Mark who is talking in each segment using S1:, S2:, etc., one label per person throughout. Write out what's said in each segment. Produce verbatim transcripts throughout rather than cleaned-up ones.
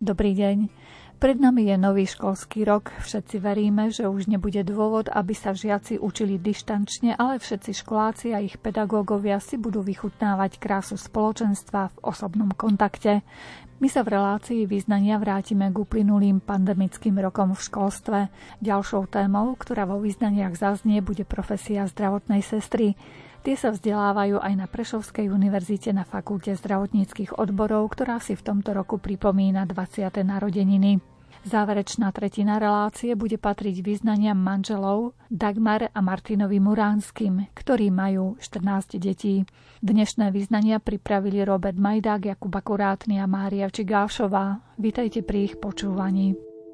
S1: Dobrý deň. Pred nami je nový školský rok. Všetci veríme, že už nebude dôvod, aby sa žiaci učili dištančne, ale všetci školáci a ich pedagógovia si budú vychutnávať krásu spoločenstva v osobnom kontakte. My sa v relácii Vyznania vrátime k uplynulým pandemickým rokom v školstve. Ďalšou témou, ktorá vo Vyznaniach zaznie, bude profesia zdravotnej sestry. Tie sa vzdelávajú aj na Prešovskej univerzite na Fakulte zdravotníckych odborov, ktorá si v tomto roku pripomína dvadsiate narodeniny. Záverečná tretina relácie bude patriť vyznaniam manželov Dagmar a Martinovi Muránskym, ktorí majú štrnásť detí. Dnešné vyznania pripravili Robert Majdák, Jakub Akurátny a Mária Čigášová. Vítajte pri ich počúvaní.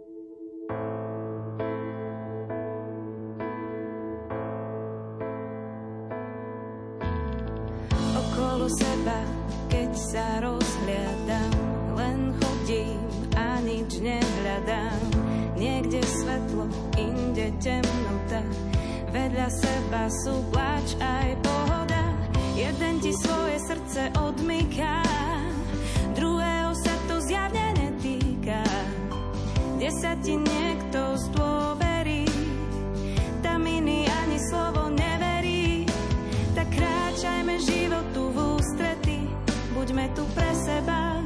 S2: Okolo seba, keď sa rozhliadam, len chodím a nič nehľadám. Niekde svetlo, inde temnota, vedľa seba sú pláč aj pohoda. Jeden ti svoje srdce odmyká, druhého sa to zjavne netýka. Kde sa ti niekto zdôverí, tam iný ani slovo neverí. Tak kráčajme životu v ústrety, buďme tu pre seba,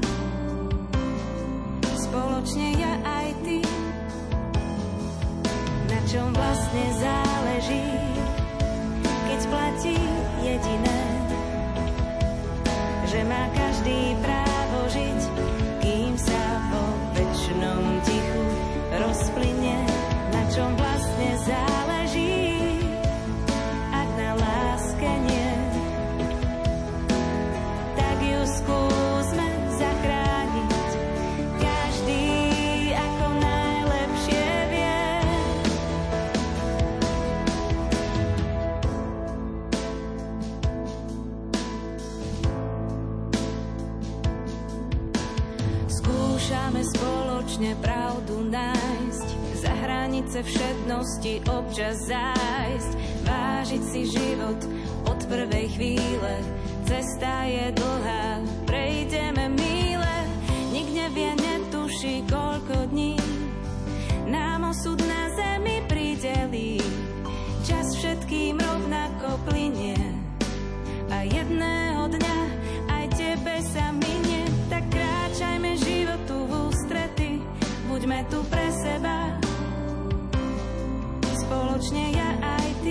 S2: spoločne ja aj ty. Na čom vlastne záleží, keď platí jediné, že má každý právo žiť, kým sa vo večnom tichu rozplynie. Na čom vlastne záleží, ak na láske nie, tak ju skúsme zachrániť. Každý ako najlepšie vie. Skúšame spoločne pravdu nájsť, za hranice všednosti občas zájsť, vážiť si život od prvej chvíle. Cesta je dlhá, prejdeme míle, nik nevie, netuší, koľko dní nám osud na zemi pridelí. Čas všetkým rovnako plynie a jedného dňa aj tebe sa minie. Tak kráčajme životu v ústrety, buďme tu pre seba, spoločne ja aj ty.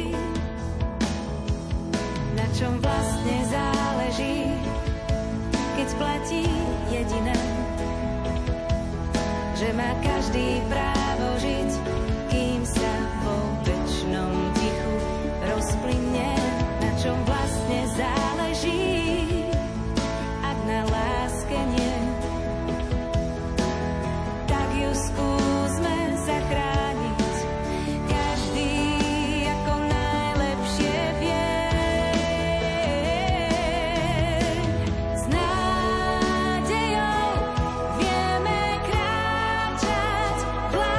S2: Na čom vlastne záleží, keď platí jediné, že má každý právo žiť, kým sa vo večnom tichu rozplynie. Na čom vlastne záleží, ak na láske nie, tak ju skúsme zachrániť. Každý ako najlepšie vie. S nádejou vieme kráčať, vlá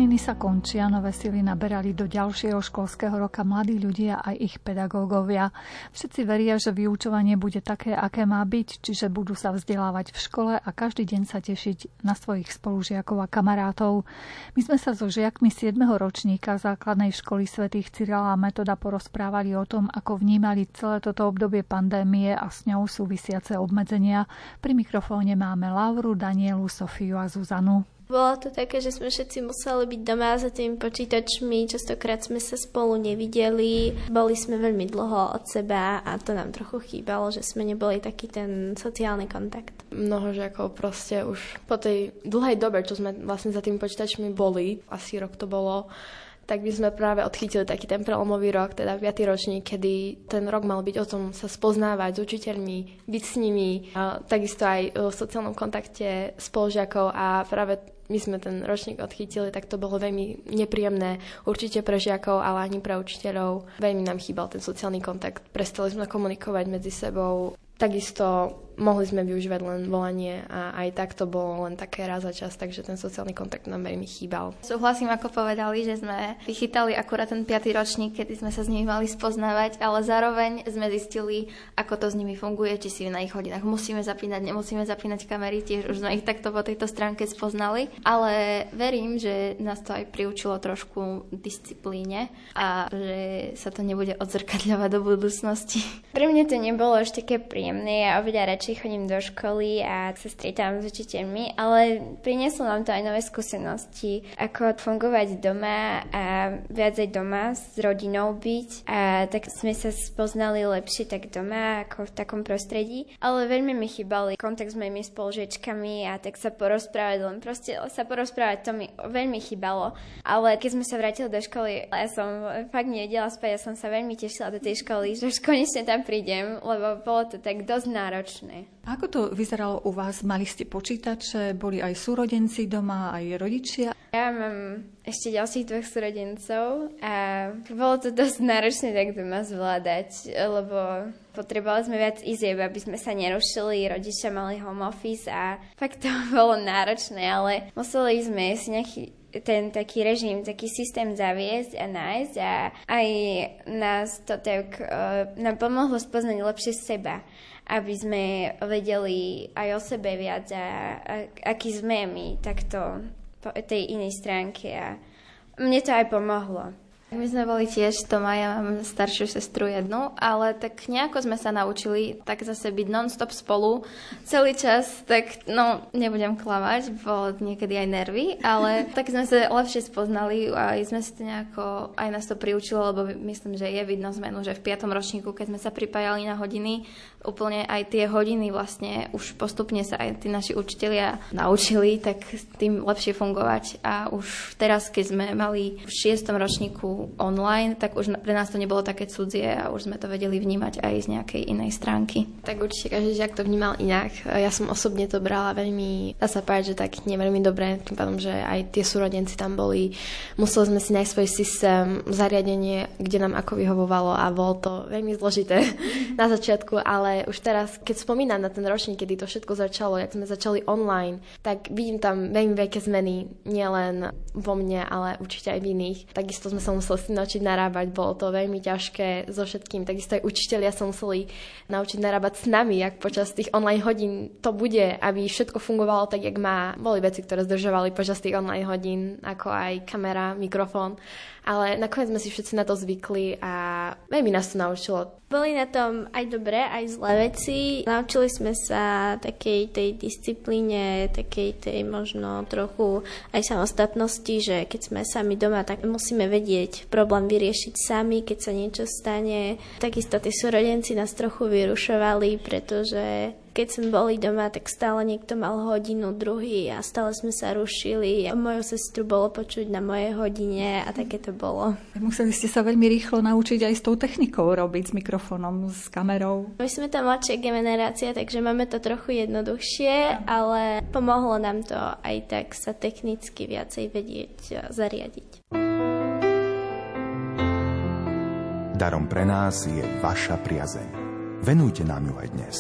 S1: Prázdniny sa končia, nové sily naberali do ďalšieho školského roka mladí ľudia a ich pedagógovia. Všetci veria, že vyučovanie bude také, aké má byť, čiže budú sa vzdelávať v škole a každý deň sa tešiť na svojich spolužiakov a kamarátov. My sme sa so žiakmi siedmeho ročníka základnej školy svätých Cyrila a Metoda porozprávali o tom, ako vnímali celé toto obdobie pandémie a s ňou súvisiace obmedzenia. Pri mikrofóne máme Lauru, Danielu, Sofiu a Zuzanu.
S3: Bolo to také, že sme všetci museli byť doma za tými počítačmi, častokrát sme sa spolu nevideli, boli sme veľmi dlho od seba a to nám trochu chýbalo, že sme neboli taký ten sociálny kontakt.
S4: Mnoho žiakov proste už po tej dlhej dobe, čo sme vlastne za tými počítačmi boli, asi rok to bolo, tak by sme práve odchytili taký ten prelomový rok, teda piaty ročník, kedy ten rok mal byť o tom sa spoznávať s učiteľmi, byť s nimi, a takisto aj v sociálnom kontakte spolužiakov a práve my sme ten ročník odchytili, tak to bolo veľmi nepríjemné určite pre žiakov, ale ani pre učiteľov. Veľmi nám chýbal ten sociálny kontakt, prestali sme komunikovať medzi sebou. Takisto mohli sme využívať len volanie a aj tak to bolo len také raz za čas, takže ten sociálny kontakt nám veľmi chýbal.
S5: Súhlasím, ako povedali, že sme vychytali akurát ten piaty ročník, kedy sme sa s nimi mali spoznávať, ale zároveň sme zistili, ako to s nimi funguje, či si na ich hodinách musíme zapínať, nemusíme zapínať kamery, tiež už sme ich takto po tejto stránke spoznali, ale verím, že nás to aj priučilo trošku disciplíne a že sa to nebude odzrkadľovať do budúcnosti.
S3: Pre mňa to nebolo až také príjemné, ja oveľa radšej chodím do školy a sa stretávam s učiteľmi, ale prinieslo nám to aj nové skúsenosti, ako fungovať doma a viac aj doma s rodinou byť a tak sme sa spoznali lepšie tak doma ako v takom prostredí, ale veľmi mi chýbali kontakt s mojimi spolužiačkami a tak sa porozprávať, len proste sa porozprávať, to mi veľmi chýbalo, ale keď sme sa vrátili do školy, ja som fakt nevedela spať, ja som sa veľmi tešila do tej školy, že už konečne tam prídem, lebo bolo to tak dosť náročné.
S1: Ako to vyzeralo u vás? Mali ste počítače, boli aj súrodenci doma, aj rodičia?
S3: Ja mám ešte ďalších dvoch súrodencov a bolo to dosť náročné tak doma zvládať, lebo potrebovali sme viac izieb, aby sme sa nerušili, rodičia mali home office a fakt to bolo náročné, ale museli sme si nejaký ten taký režim, taký systém zaviesť a nájsť a aj nás to tak uh, nám pomohlo spoznať lepšie seba, aby sme vedeli aj o sebe viac a, a aký sme my takto po tej inej stránke a mne to aj pomohlo.
S5: My sme boli tiež doma, ja mám staršiu sestru jednu, ale tak nejako sme sa naučili tak zase byť non-stop spolu celý čas, tak no, nebudem klamať, bolo niekedy aj nervy, ale tak sme sa lepšie spoznali a sme si to nejako, aj nás to priučilo, lebo myslím, že je vidno zmenu, že v piatom ročníku, keď sme sa pripájali na hodiny, úplne aj tie hodiny vlastne už postupne sa aj tí naši učitelia naučili, tak tým lepšie fungovať a už teraz, keď sme mali v šiestom ročníku online, tak už pre nás to nebolo také cudzie a už sme to vedeli vnímať aj z nejakej inej stránky.
S4: Tak určite každý žiak to vnímal inak. Ja som osobne to brala veľmi, dá sa povedať, že tak nie veľmi dobre, tým pádom, že aj tie súrodenci tam boli. Museli sme si nájsť svoj systém, zariadenie, kde nám ako vyhovovalo a bolo to veľmi zložité na začiatku, ale už teraz, keď spomínam na ten ročník, kedy to všetko začalo, jak sme začali online, tak vidím tam veľmi veľké zmeny, nielen vo mne, ale určite aj v iných. Takisto sme sa museli si naučiť narábať, bolo to veľmi ťažké so všetkým. Takisto aj učitelia sa museli naučiť narábať s nami, jak počas tých online hodín to bude, aby všetko fungovalo tak, jak má. Boli veci, ktoré zdržovali počas tých online hodín, ako aj kamera, mikrofón, ale nakoniec sme si všetci na to zvykli a veľmi nás to naučilo.
S3: Boli na tom aj dobré, aj zlé veci. Naučili sme sa takej tej disciplíne, takej tej možno trochu aj samostatnosti, že keď sme sami doma, tak musíme vedieť problém vyriešiť sami, keď sa niečo stane. Takisto tí súrodenci nás trochu vyrušovali, pretože keď sme boli doma, tak stále niekto mal hodinu, druhý a stále sme sa rušili. A moju sestru bolo počuť na mojej hodine a také to bolo.
S1: Museli ste sa veľmi rýchlo naučiť aj s tou technikou robiť, s mikrofónom, s kamerou.
S3: My sme tá mladšia generácia, takže máme to trochu jednoduchšie, ale pomohlo nám to aj tak sa technicky viacej vedieť zariadiť.
S6: Darom pre nás je vaša priazeň. Venujte nám ju aj dnes.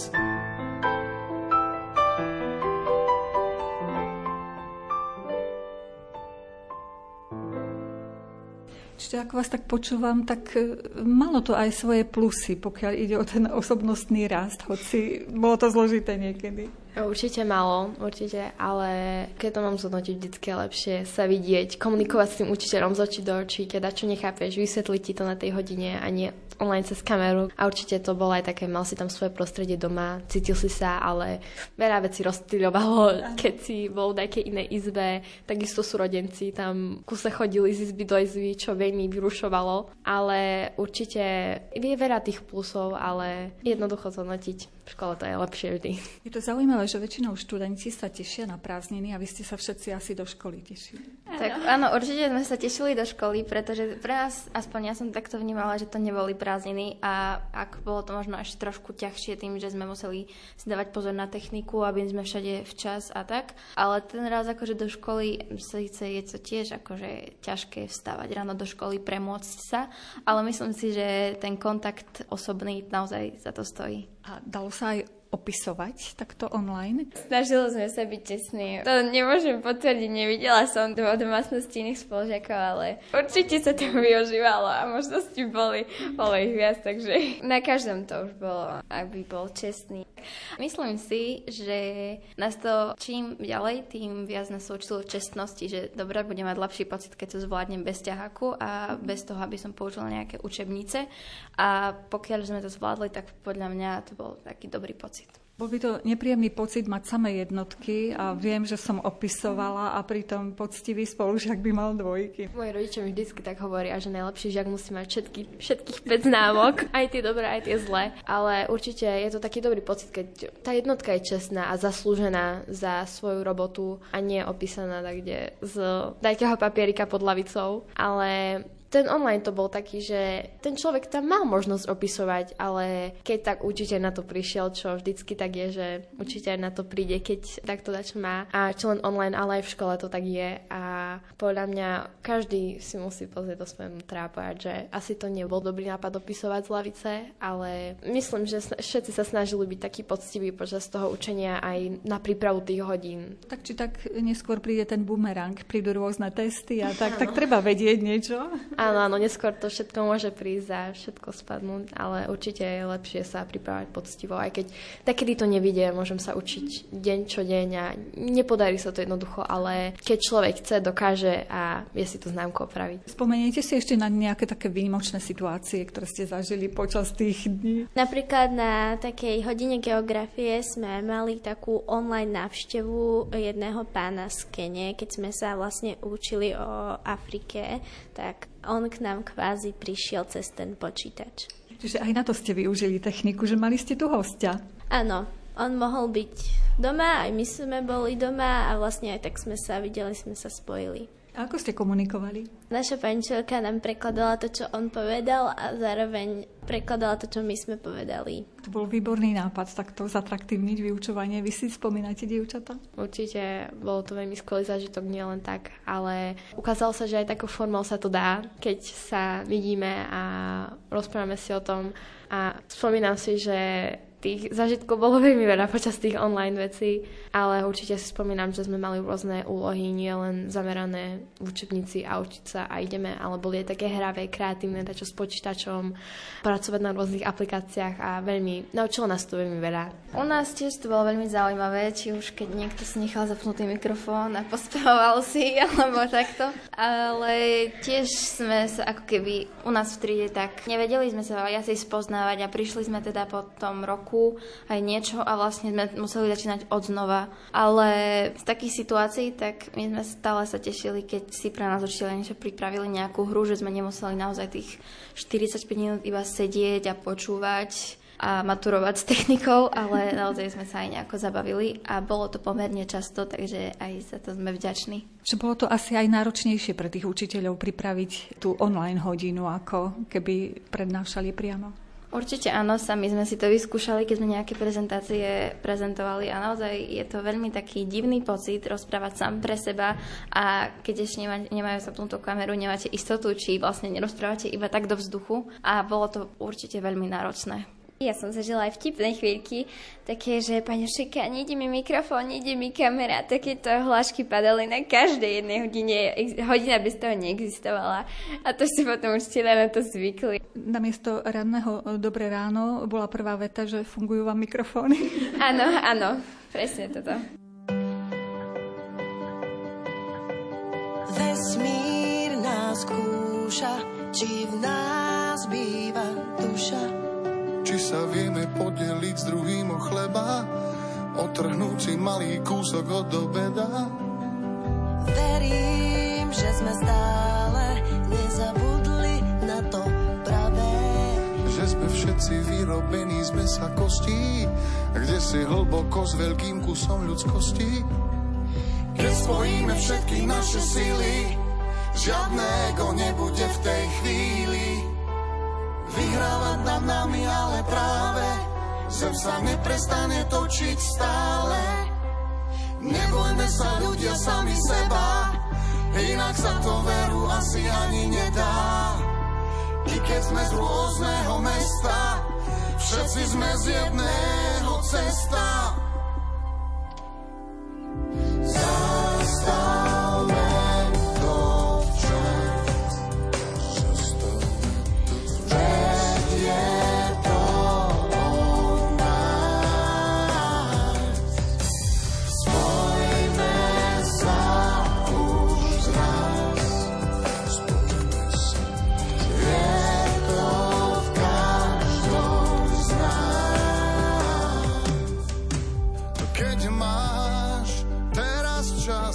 S1: Čiže ako vás tak počúvam, tak malo to aj svoje plusy, pokiaľ ide o ten osobnostný rast, hoci bolo to zložité niekedy.
S4: Určite malo, určite, ale keď to mám zhodnotiť, vždycky je lepšie sa vidieť, komunikovať s tým učiteľom z očí do očí, keď čo nechápeš, vysvetliť ti to na tej hodine a nie online cez kameru. A určite to bolo aj také, mal si tam svoje prostredie doma, cítil si sa, ale veľa vecí rozptýľovalo, keď si bol v nejakej inej izbe, takisto súrodenci tam kuse chodili z izby do izby, čo veľmi vyrušovalo, ale určite je veľa tých plusov, ale jednoducho zhodnotiť. V škole to je lepšie vždy. Je
S1: to zaujímavé, že väčšinou študenti sa tešia na prázdniny a vy ste sa všetci asi do školy tešili.
S5: Tak áno, určite sme sa tešili do školy, pretože pre nás, aspoň ja som takto vnímala, že to neboli prázdniny a ak bolo to možno až trošku ťažšie tým, že sme museli si dávať pozor na techniku, aby sme všade včas a tak, ale ten raz akože do školy síce je to tiež akože ťažké vstávať ráno do školy, premôcť sa, ale myslím si, že ten kontakt osobný naozaj za to stojí.
S1: A dalo sa aj opisovať takto online?
S3: Snažili sme sa byť čestní. To nemôžem potvrdiť, nevidela som to v domácnosti iných spolužiakov, ale určite sa to využívalo a možnosti boli, bolo ich viac, takže na každom to už bolo, aby bol čestný.
S5: Myslím si, že nás to čím ďalej, tým viac nás učilo čestnosti, že dobre, budem mať lepší pocit, keď to zvládnem bez ťaháku a bez toho, aby som použila nejaké učebnice. A pokiaľ sme to zvládli, tak podľa mňa to bol taký dobrý pocit.
S1: Bol by to nepríjemný pocit mať samé jednotky a viem, že som opisovala a pritom poctivý spolužiak by mal dvojky.
S4: Moji rodičia mi vždycky tak hovoria, že najlepší žiak musí mať všetky, všetkých päť známok, aj tie dobré, aj tie zlé. Ale určite je to taký dobrý pocit, keď tá jednotka je čestná a zaslúžená za svoju robotu a nie opísaná tak, kde z dajkého papierika pod lavicou. Ale ten online to bol taký, že ten človek tam mal možnosť opisovať, ale keď tak učiteľ na to prišiel, čo vždycky tak je, že učiteľ na to príde, keď takto dačo má. A čo len online, ale aj v škole to tak je. A podľa mňa každý si musí pozrieť do svojho vnútra a povedať, že asi to nebol dobrý nápad opisovať z lavice, ale myslím, že všetci sa snažili byť takí poctiví počas toho učenia aj na prípravu tých hodín.
S1: Tak či tak neskôr príde ten bumerang, prídu rôzne testy a tak, tak treba vedieť niečo.
S4: Áno, áno, neskôr to všetko môže prísť a všetko spadnúť, ale určite je lepšie sa pripravať poctivo, aj keď takedy to nevidie, môžem sa učiť deň čo deň a nepodarí sa to jednoducho, ale keď človek chce, dokáže a vie si tú známku opraviť.
S1: Spomeniete si ešte na nejaké také výnimočné situácie, ktoré ste zažili počas tých dní?
S7: Napríklad na takej hodine geografie sme mali takú online návštevu jedného pána z Kene, keď sme sa vlastne učili o Afrike, tak on k nám kvázi prišiel cez ten počítač.
S1: Čiže aj na to ste využili techniku, že mali ste tu hostia.
S7: Áno, on mohol byť doma, aj my sme boli doma a vlastne aj tak sme sa videli, sme sa spojili.
S1: A ako ste komunikovali?
S7: Naša pani učiteľka nám prekladala to, čo on povedal a zároveň prekladala to, čo my sme povedali.
S1: To bol výborný nápad, takto zatraktívniť vyučovanie. Vy si spomínate, dievčatá?
S4: Určite bol to veľmi skvelý zážitok, nie len tak, ale ukázalo sa, že aj takou formou sa to dá, keď sa vidíme a rozprávame si o tom. A spomínam si, že tých zážitkov bolo veľmi veľa počas tých online vecí, ale určite si spomínam, že sme mali rôzne úlohy, nie len zamerané v učebnici a učiť sa a ideme, ale boli aj také hravé, kreatívne, dačo s počítačom, pracovať na rôznych aplikáciách a veľmi, naučilo nás to veľmi veľa.
S5: U nás tiež to bolo veľmi zaujímavé, či už keď niekto si nechal zapnutý mikrofón a pospevoval si, alebo takto, ale tiež sme sa ako keby u nás v triede tak nevedeli sme sa viacej spoznávať a prišli sme teda po tom roku aj niečo a vlastne sme museli začínať od znova. Ale z takých situácií, tak my sme stále sa tešili, keď si pre nás učitelia niečo pripravili, nejakú hru, že sme nemuseli naozaj tých štyridsaťpäť minút iba sedieť a počúvať a maturovať s technikou, ale naozaj sme sa aj nejako zabavili a bolo to pomerne často, takže aj za to sme vďační.
S1: Že bolo to asi aj náročnejšie pre tých učiteľov pripraviť tú online hodinu, ako keby prednášali priamo?
S5: Určite áno, sami sme si to vyskúšali, keď sme nejaké prezentácie prezentovali a naozaj je to veľmi taký divný pocit rozprávať sám pre seba a keď ešte nemá, nemajú zapnutú kameru, nemáte istotu, či vlastne nerozprávate iba tak do vzduchu a bolo to určite veľmi náročné.
S3: Ja som zažila aj vtipné chvíľky, také, že pani Šika, nejde mi mikrofón, nejde mi kamera, takéto hlášky padali na každej jednej hodine, hodina bez toho neexistovala a to si potom učiteľia na to zvykli.
S1: Namiesto radného dobré ráno bola prvá veta, že fungujú vám mikrofóny.
S3: Áno, áno, presne toto.
S8: Vesmír nás skúša, či v nás býva duša.
S9: Či sa vieme podeliť s druhým o chleba, otrhnúť si malý kúsok od obeda.
S8: Verím, že sme stále nezabudli na to pravé.
S9: Že sme všetci vyrobení z mesa kostí, kde si hlboko s veľkým kusom ľudskosti. Keď spojíme všetky naše sily, žiadne ego nebude v tej chvíli vyhrávať nad nami, ale práve zem sa neprestane točiť stále. Nebojme sa ľudia sami seba, inak sa to veru asi ani nedá. I keď sme z rôzneho mesta, všetci sme z jedného cesta. Zastavme to včas, veď je to o nás. Spojme sa už raz, je to v každom z nás. Keď máš teraz čas,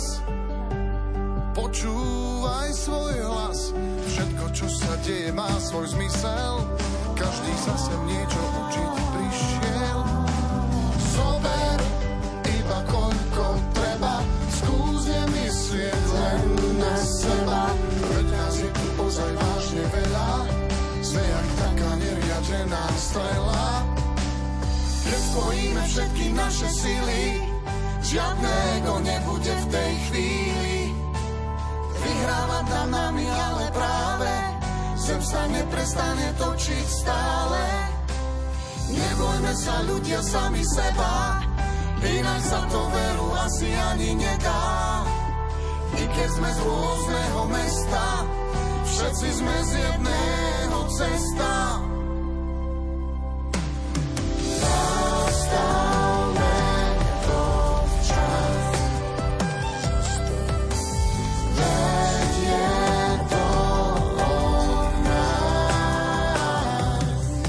S9: počúvaj svoj hlas. Všetko, čo sa deje, má svoj zmysel. Každý sa sem niečo učiť prišiel. Zober iba koľko treba, skús nemyslieť len na seba. Veď nás je tu ozaj vážne veľa, sme jak taká neriadená strela. Keď spojíme všetky naše sily, žiadne ego nebude v tej chvíli vyhrávať nad nami, ale práve zem sa neprestane točiť stále. Nebojme sa ľudia sami seba, inak sa to veru asi ani nedá. I keď sme z rôzneho mesta, všetci sme z jedného cesta. Zastavme to včas, veď je to o nás.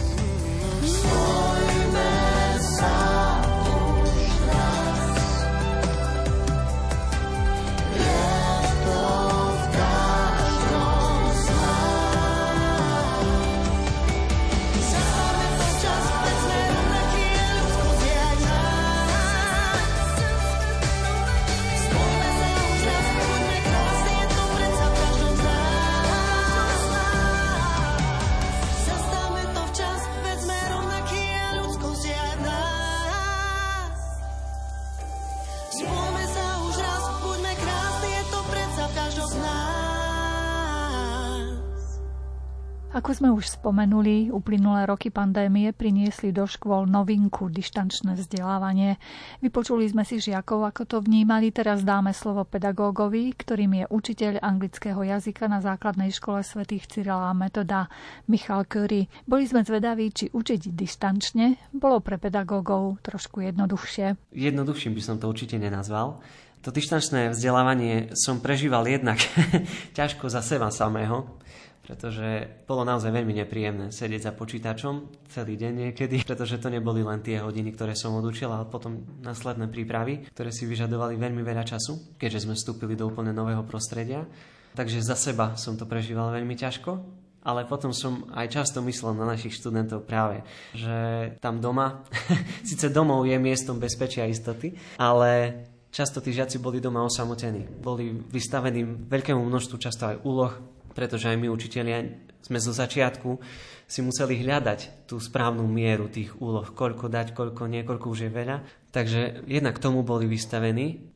S9: Spojme sa už raz, je to v každom z nás. Zastavme to včas, veď sme rovnakí a ľudskosť je aj v nás. Spojme sa už raz, buďme krásni, je to predsa v každom z nás. Zastavme to včas, veď sme rovnakí a ľudskosť je aj v nás. Spojme sa už raz, buďme krásni, je to predsa v každom z nás.
S1: Ako sme už spomenuli, uplynulé roky pandémie priniesli do škôl novinku dištančné vzdelávanie. Vypočuli sme si žiakov, ako to vnímali. Teraz dáme slovo pedagógovi, ktorým je učiteľ anglického jazyka na základnej škole svätých Cyrila a Metoda Michal Curry. Boli sme zvedaví, či učiť dištančne bolo pre pedagógov trošku jednoduchšie.
S10: Jednoduchším by som to určite nenazval. To dištančné vzdelávanie som prežíval jednak ťažko za seba samého, pretože bolo naozaj veľmi nepríjemné sedieť za počítačom celý deň niekedy, pretože to neboli len tie hodiny, ktoré som odučil, ale potom následné prípravy, ktoré si vyžadovali veľmi veľa času, keďže sme vstúpili do úplne nového prostredia. Takže za seba som to prežíval veľmi ťažko, ale potom som aj často myslel na našich študentov práve, že tam doma, síce domov je miestom bezpečia a istoty, ale často tí žiaci boli doma osamotení. Boli vystavení veľkému množstvu často aj úloh, pretože aj my, učitelia, sme zo začiatku si museli hľadať tú správnu mieru tých úloh, koľko dať, koľko nie, koľko už je veľa. Takže jednak tomu boli vystavení, jednak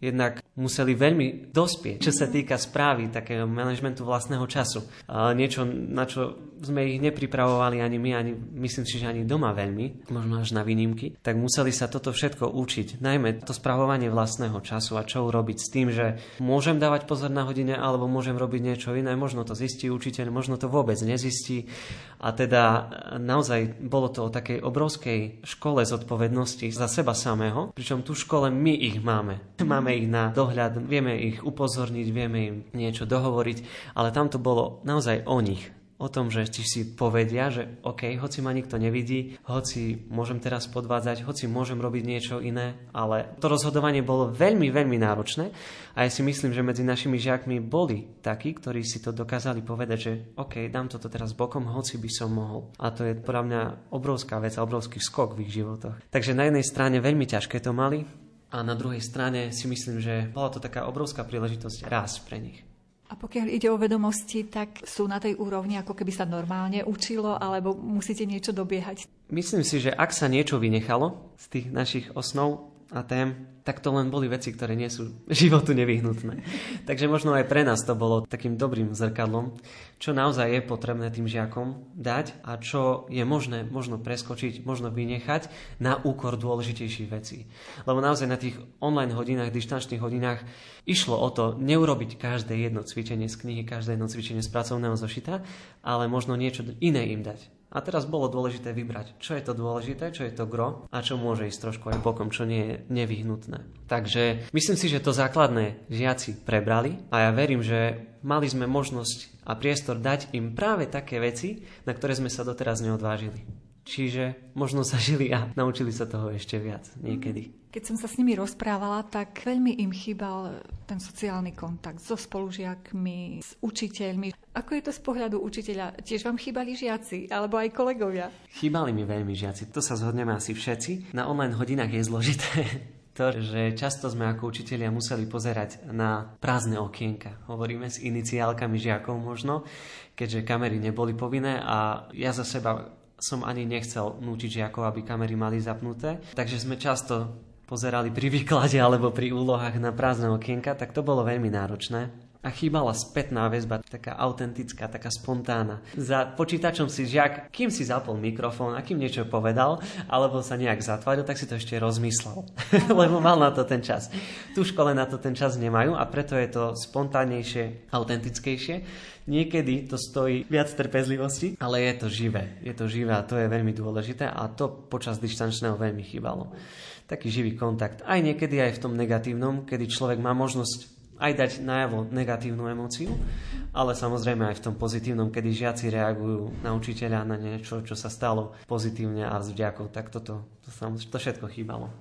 S10: museli veľmi dospieť, čo sa týka správy takého manažmentu vlastného času. A niečo, na čo sme ich nepripravovali ani my, ani myslím si, že ani doma veľmi, možno až na výnimky, tak museli sa toto všetko učiť. Najmä to spravovanie vlastného času a čo urobiť s tým, že môžem dávať pozor na hodine, alebo môžem robiť niečo iné. Možno to zistí učiteľ, možno to vôbec nezistí. A teda naozaj bolo to o takej obrovskej škole zodpovednosti za seba samého, pričom tú škole my ich máme. Máme ich na dohľad, vieme ich upozorniť, vieme im niečo dohovoriť, ale tam to bolo naozaj o nich. O tom, že či si povedia, že OK, hoci ma nikto nevidí, hoci môžem teraz podvádzať, hoci môžem robiť niečo iné, ale to rozhodovanie bolo veľmi, veľmi náročné a ja si myslím, že medzi našimi žiakmi boli takí, ktorí si to dokázali povedať, že OK, dám toto teraz bokom, hoci by som mohol. A to je podľa mňa obrovská vec a obrovský skok v ich životoch. Takže na jednej strane veľmi ťažké to mali a na druhej strane si myslím, že bola to taká obrovská príležitosť rásť pre nich.
S1: A pokiaľ ide o vedomosti, tak sú na tej úrovni, ako keby sa normálne učilo, alebo musíte niečo dobiehať?
S10: Myslím si, že ak sa niečo vynechalo z tých našich osnov a tém, tak to len boli veci, ktoré nie sú životu nevyhnutné. Takže možno aj pre nás to bolo takým dobrým zrkadlom, čo naozaj je potrebné tým žiakom dať a čo je možné možno preskočiť, možno vynechať na úkor dôležitejších vecí. Lebo naozaj na tých online hodinách, dištančných hodinách išlo o to neurobiť každé jedno cvičenie z knihy, každé jedno cvičenie z pracovného zošita, ale možno niečo iné im dať. A teraz bolo dôležité vybrať, čo je to dôležité, čo je to gro a čo môže ísť trošku aj bokom, čo nie je nevyhnutné. Takže myslím si, že to základné žiaci prebrali a ja verím, že mali sme možnosť a priestor dať im práve také veci, na ktoré sme sa doteraz neodvážili. Čiže možno zažili a naučili sa toho ešte viac niekedy.
S1: Keď som sa s nimi rozprávala, tak veľmi im chýbal ten sociálny kontakt so spolužiakmi, s učiteľmi. Ako je to z pohľadu učiteľa? Tiež vám chýbali žiaci, alebo aj kolegovia?
S10: Chýbali mi veľmi žiaci, to sa zhodneme asi všetci. Na online hodinách je zložité to, že často sme ako učitelia museli pozerať na prázdne okienka. Hovoríme s iniciálkami žiakov možno, keďže kamery neboli povinné a ja za seba som ani nechcel nútiť žiakov, aby kamery mali zapnuté. Takže sme často pozerali pri výklade alebo pri úlohách na prázdne okienka, tak to bolo veľmi náročné. A chýbala spätná väzba, taká autentická, taká spontánna. Za počítačom si žiak, kým si zapol mikrofón a kým niečo povedal, alebo sa nejak zatváril, tak si to ešte rozmyslel. Lebo mal na to ten čas. Tu v škole na to ten čas nemajú a preto je to spontánnejšie, autentickejšie. Niekedy to stojí viac trpezlivosti, ale je to živé. Je to živé a to je veľmi dôležité a to počas dištančného veľmi chýbalo. Taký živý kontakt. Aj niekedy aj v tom negatívnom, kedy človek má možnosť aj dať najavo negatívnu emóciu, ale samozrejme aj v tom pozitívnom, kedy žiaci reagujú na učiteľa, na niečo, čo sa stalo pozitívne a s vďakou, tak toto, to, to všetko chýbalo.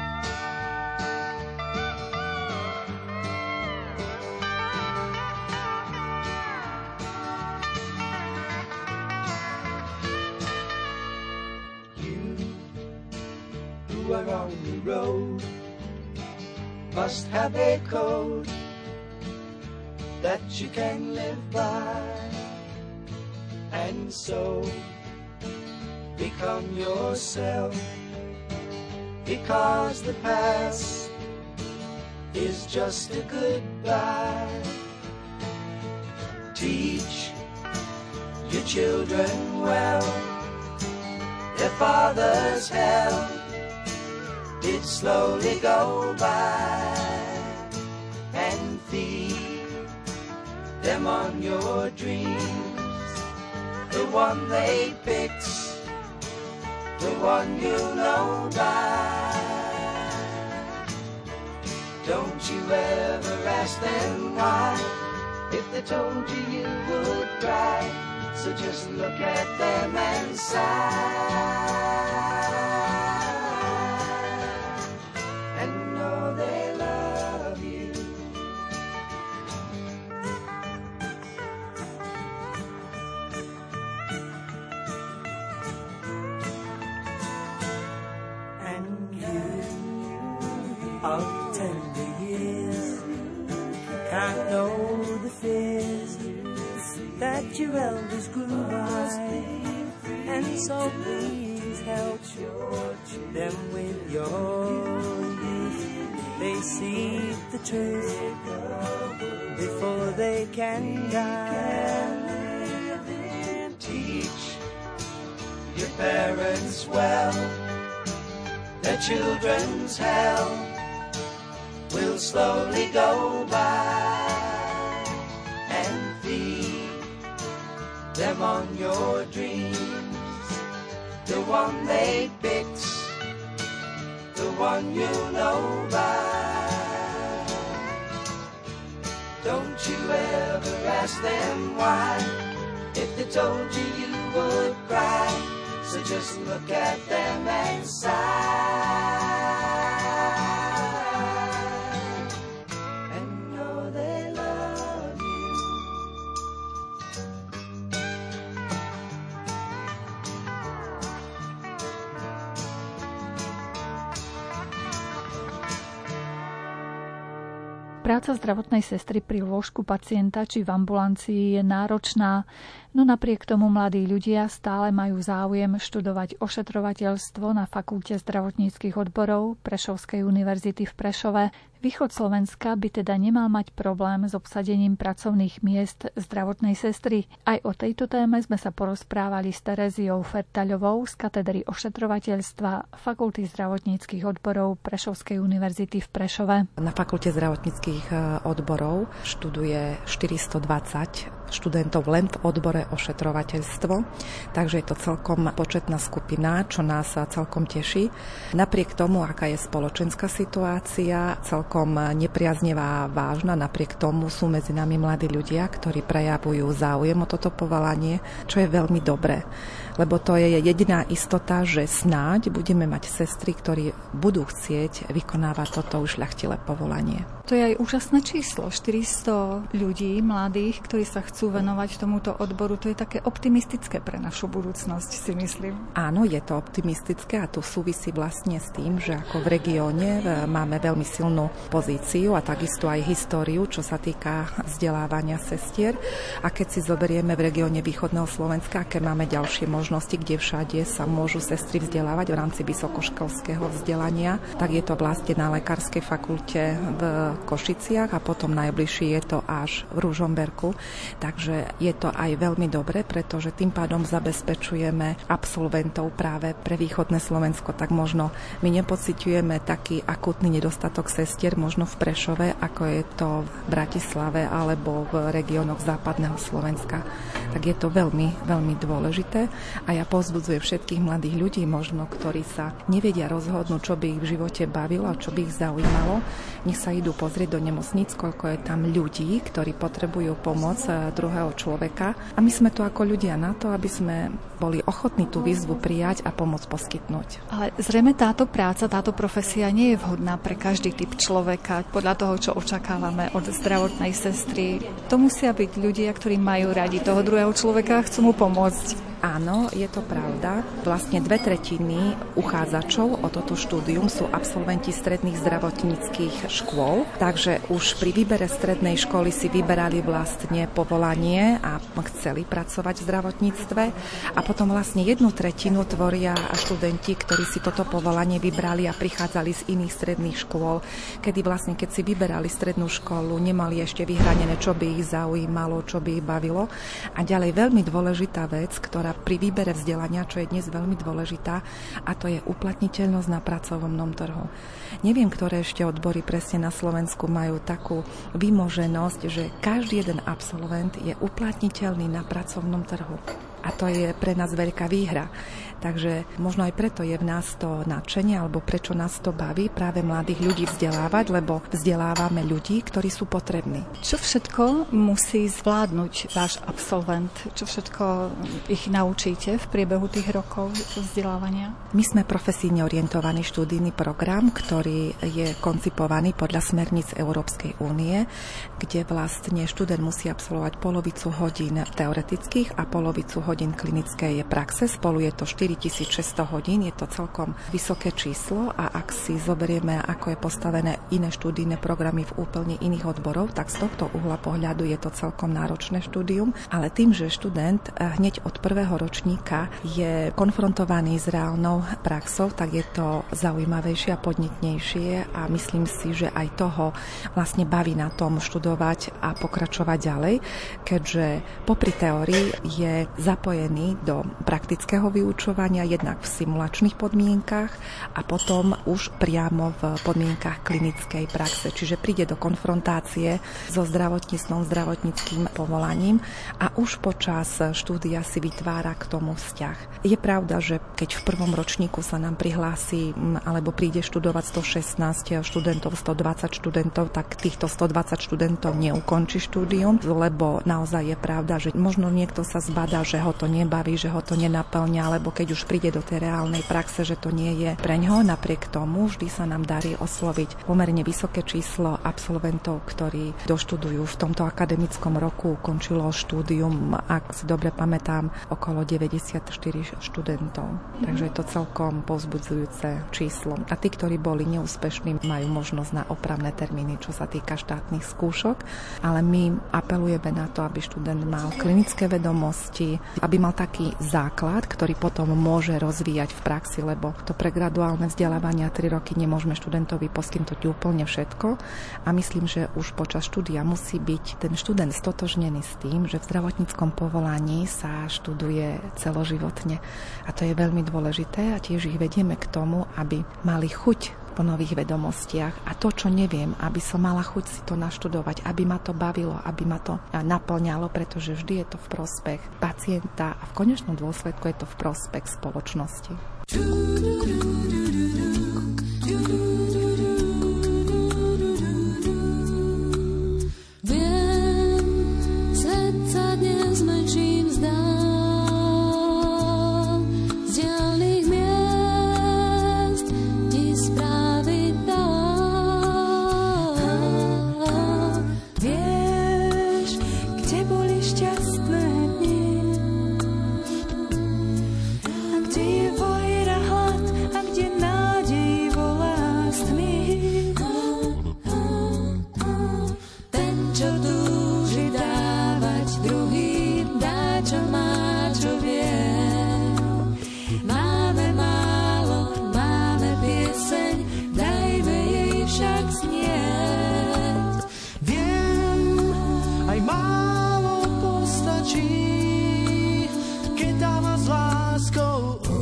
S11: You who are on the road must have a code that you can live by, and so become yourself, because the past is just a goodbye. Teach your children well, their father's hell did slowly go by, and feed them on your dreams, the one they picked, the one you know by. Don't you ever ask them why, if they told you you would cry, so just look at them and sigh. Of tender years, can't know the fears that your elders grew by, and so please help them with your youth.
S12: they see the truth before they can die.
S11: Teach your parents well, their children's hell will slowly go by, and feed them on your dreams, the one they picked, the one you know by. Don't you ever ask them why, if they told you you would cry, so just look at them and sigh.
S1: Práca zdravotnej sestry pri lôžku pacienta či v ambulancii je náročná, no napriek tomu mladí ľudia stále majú záujem študovať ošetrovateľstvo na Fakulte zdravotníckych odborov Prešovskej univerzity v Prešove. Východ Slovenska by teda nemal mať problém s obsadením pracovných miest zdravotnej sestry. Aj o tejto téme sme sa porozprávali s Tereziou Fertaľovou z katedry ošetrovateľstva Fakulty zdravotníckych odborov Prešovskej univerzity v Prešove.
S13: Na Fakulte zdravotníckych odborov študuje štyristodvadsať študentov len v odbore ošetrovateľstvo, takže je to celkom početná skupina, čo nás celkom teší. Napriek tomu, aká je spoločenská situácia, celkom nepriaznevá a vážna, napriek tomu sú medzi nami mladí ľudia, ktorí prejavujú záujem o toto povolanie, čo je veľmi dobré. Lebo to je jediná istota, že snáď budeme mať sestry, ktorí budú chcieť vykonávať toto ušľachtilé povolanie.
S1: To je aj úžasné číslo, štyristo ľudí mladých, ktorí sa chcú venovať tomuto odboru. To je také optimistické pre našu budúcnosť, si myslím.
S13: Áno, je to optimistické a to súvisí vlastne s tým, že ako v regióne máme veľmi silnú pozíciu a takisto aj históriu, čo sa týka vzdelávania sestier. A keď si zoberieme v regióne východného Slovenska, aké máme ďalšie možnosti, kde všade sa môžu sestry vzdelávať v rámci vysokoškolského vzdelania, tak je to vlastne na Lekárskej fakulte v Košiciach a potom najbližšie je to až v Ružomberku. Takže je to aj veľmi dobre, pretože tým pádom zabezpečujeme absolventov práve pre východné Slovensko. Tak možno my nepociťujeme taký akútny nedostatok sestier možno v Prešove, ako je to v Bratislave alebo v regiónoch západného Slovenska. Tak je to veľmi, veľmi dôležité a ja povzbudzujem všetkých mladých ľudí možno, ktorí sa nevedia rozhodnúť, čo by ich v živote bavilo a čo by ich zaujímalo. Nech sa idú pozrieť do nemocníc, koľko je tam ľudí, ktorí potrebujú pomoc druhého človeka. A my sme tu ako ľudia na to, aby sme boli ochotní tú výzvu prijať a pomoc poskytnúť.
S1: Ale zrejme táto práca, táto profesia nie je vhodná pre každý typ človeka, podľa toho, čo očakávame od zdravotnej sestry. To musia byť ľudia, ktorí majú radi toho druhého človeka a chcú mu pomôcť.
S13: Áno, je to pravda. Vlastne dve tretiny uchádzačov o toto štúdium sú absolventi stredných zdravotníckych škôl, takže už pri výbere strednej školy si vyberali vlastne povolanie a chceli pracovať v zdravotníctve a potom vlastne jednu tretinu tvoria študenti, ktorí si toto povolanie vybrali a prichádzali z iných stredných škôl, kedy vlastne keď si vyberali strednú školu, nemali ešte vyhranené, čo by ich zaujímalo, čo by ich bavilo. A ďalej veľmi dôležitá vec, ktorá pri výbere vzdelania, čo je dnes veľmi dôležitá, a to je uplatniteľnosť na pracovnom trhu. Neviem, ktoré ešte odbory presne na Slovensku majú takú vymoženosť, že každý jeden absolvent je uplatniteľný na pracovnom trhu. A to je pre nás veľká výhra. Takže možno aj preto je v nás to nadšenie, alebo prečo nás to baví práve mladých ľudí vzdelávať, lebo vzdelávame ľudí, ktorí sú potrební.
S1: Čo všetko musí zvládnuť váš absolvent? Čo všetko ich naučíte v priebehu tých rokov vzdelávania?
S13: My sme profesíne orientovaný študijný program, ktorý je koncipovaný podľa smerníc Európskej únie, kde vlastne študent musí absolvovať polovicu hodín teoretických a polovicu hodín hodín klinickej praxe, spolu je to štyritisícšesťsto hodín, je to celkom vysoké číslo a ak si zoberieme, ako je postavené iné študijné programy v úplne iných odborov, tak z tohto uhla pohľadu je to celkom náročné štúdium, ale tým, že študent hneď od prvého ročníka je konfrontovaný s reálnou praxou, tak je to zaujímavejšie a podnetnejšie a myslím si, že aj toho vlastne baví na tom študovať a pokračovať ďalej, keďže popri teórii je zapojený do praktického vyučovania jednak v simulačných podmienkach a potom už priamo v podmienkach klinickej praxe. Čiže príde do konfrontácie so zdravotníctvom, zdravotníckym povolaním a už počas štúdia si vytvára k tomu vzťah. Je pravda, že keď v prvom ročníku sa nám prihlási alebo príde študovať stošestnásť študentov, stodvadsať študentov, tak týchto stodvadsať študentov neukončí štúdium, lebo naozaj je pravda, že možno niekto sa zbadá, že ho to nebaví, že ho to nenaplňa, alebo keď už príde do tej reálnej praxe, že to nie je preňho. Napriek tomu vždy sa nám darí osloviť pomerne vysoké číslo absolventov, ktorí doštudujú. V tomto akademickom roku končilo štúdium, ak si dobre pamätám, okolo deväťdesiatštyri študentov. Takže je to celkom povzbudzujúce číslo. A tí, ktorí boli neúspešní, majú možnosť na opravné termíny, čo sa týka štátnych skúšok, ale my apelujeme na to, aby študent mal klinické vedomosti, aby mal taký základ, ktorý potom môže rozvíjať v praxi, lebo to pregraduálne vzdelávanie tri roky nemôžeme študentovi poskytnúť úplne všetko a myslím, že už počas štúdia musí byť ten študent stotožnený s tým, že v zdravotníckom povolaní sa študuje celoživotne a to je veľmi dôležité a tiež ich vedieme k tomu, aby mali chuť po nových vedomostiach a to, čo neviem, aby som mala chuť si to naštudovať, aby ma to bavilo, aby ma to naplňalo, pretože vždy je to v prospech pacienta a v konečnom dôsledku je to v prospech spoločnosti.
S14: Viem, svet sa dnes menším zdá, z diaľných miest ti správy dá. Vieš, kde boli šťastné dni, a kde je vojra hlad, a kde nádej volá z tmy. Ten, čo túži dávať druhým, dá, čo má, čo vie. Máme málo, máme pieseň, dajme jej však znieť.
S11: Viem, aj málo postačí, keď dáva s láskou.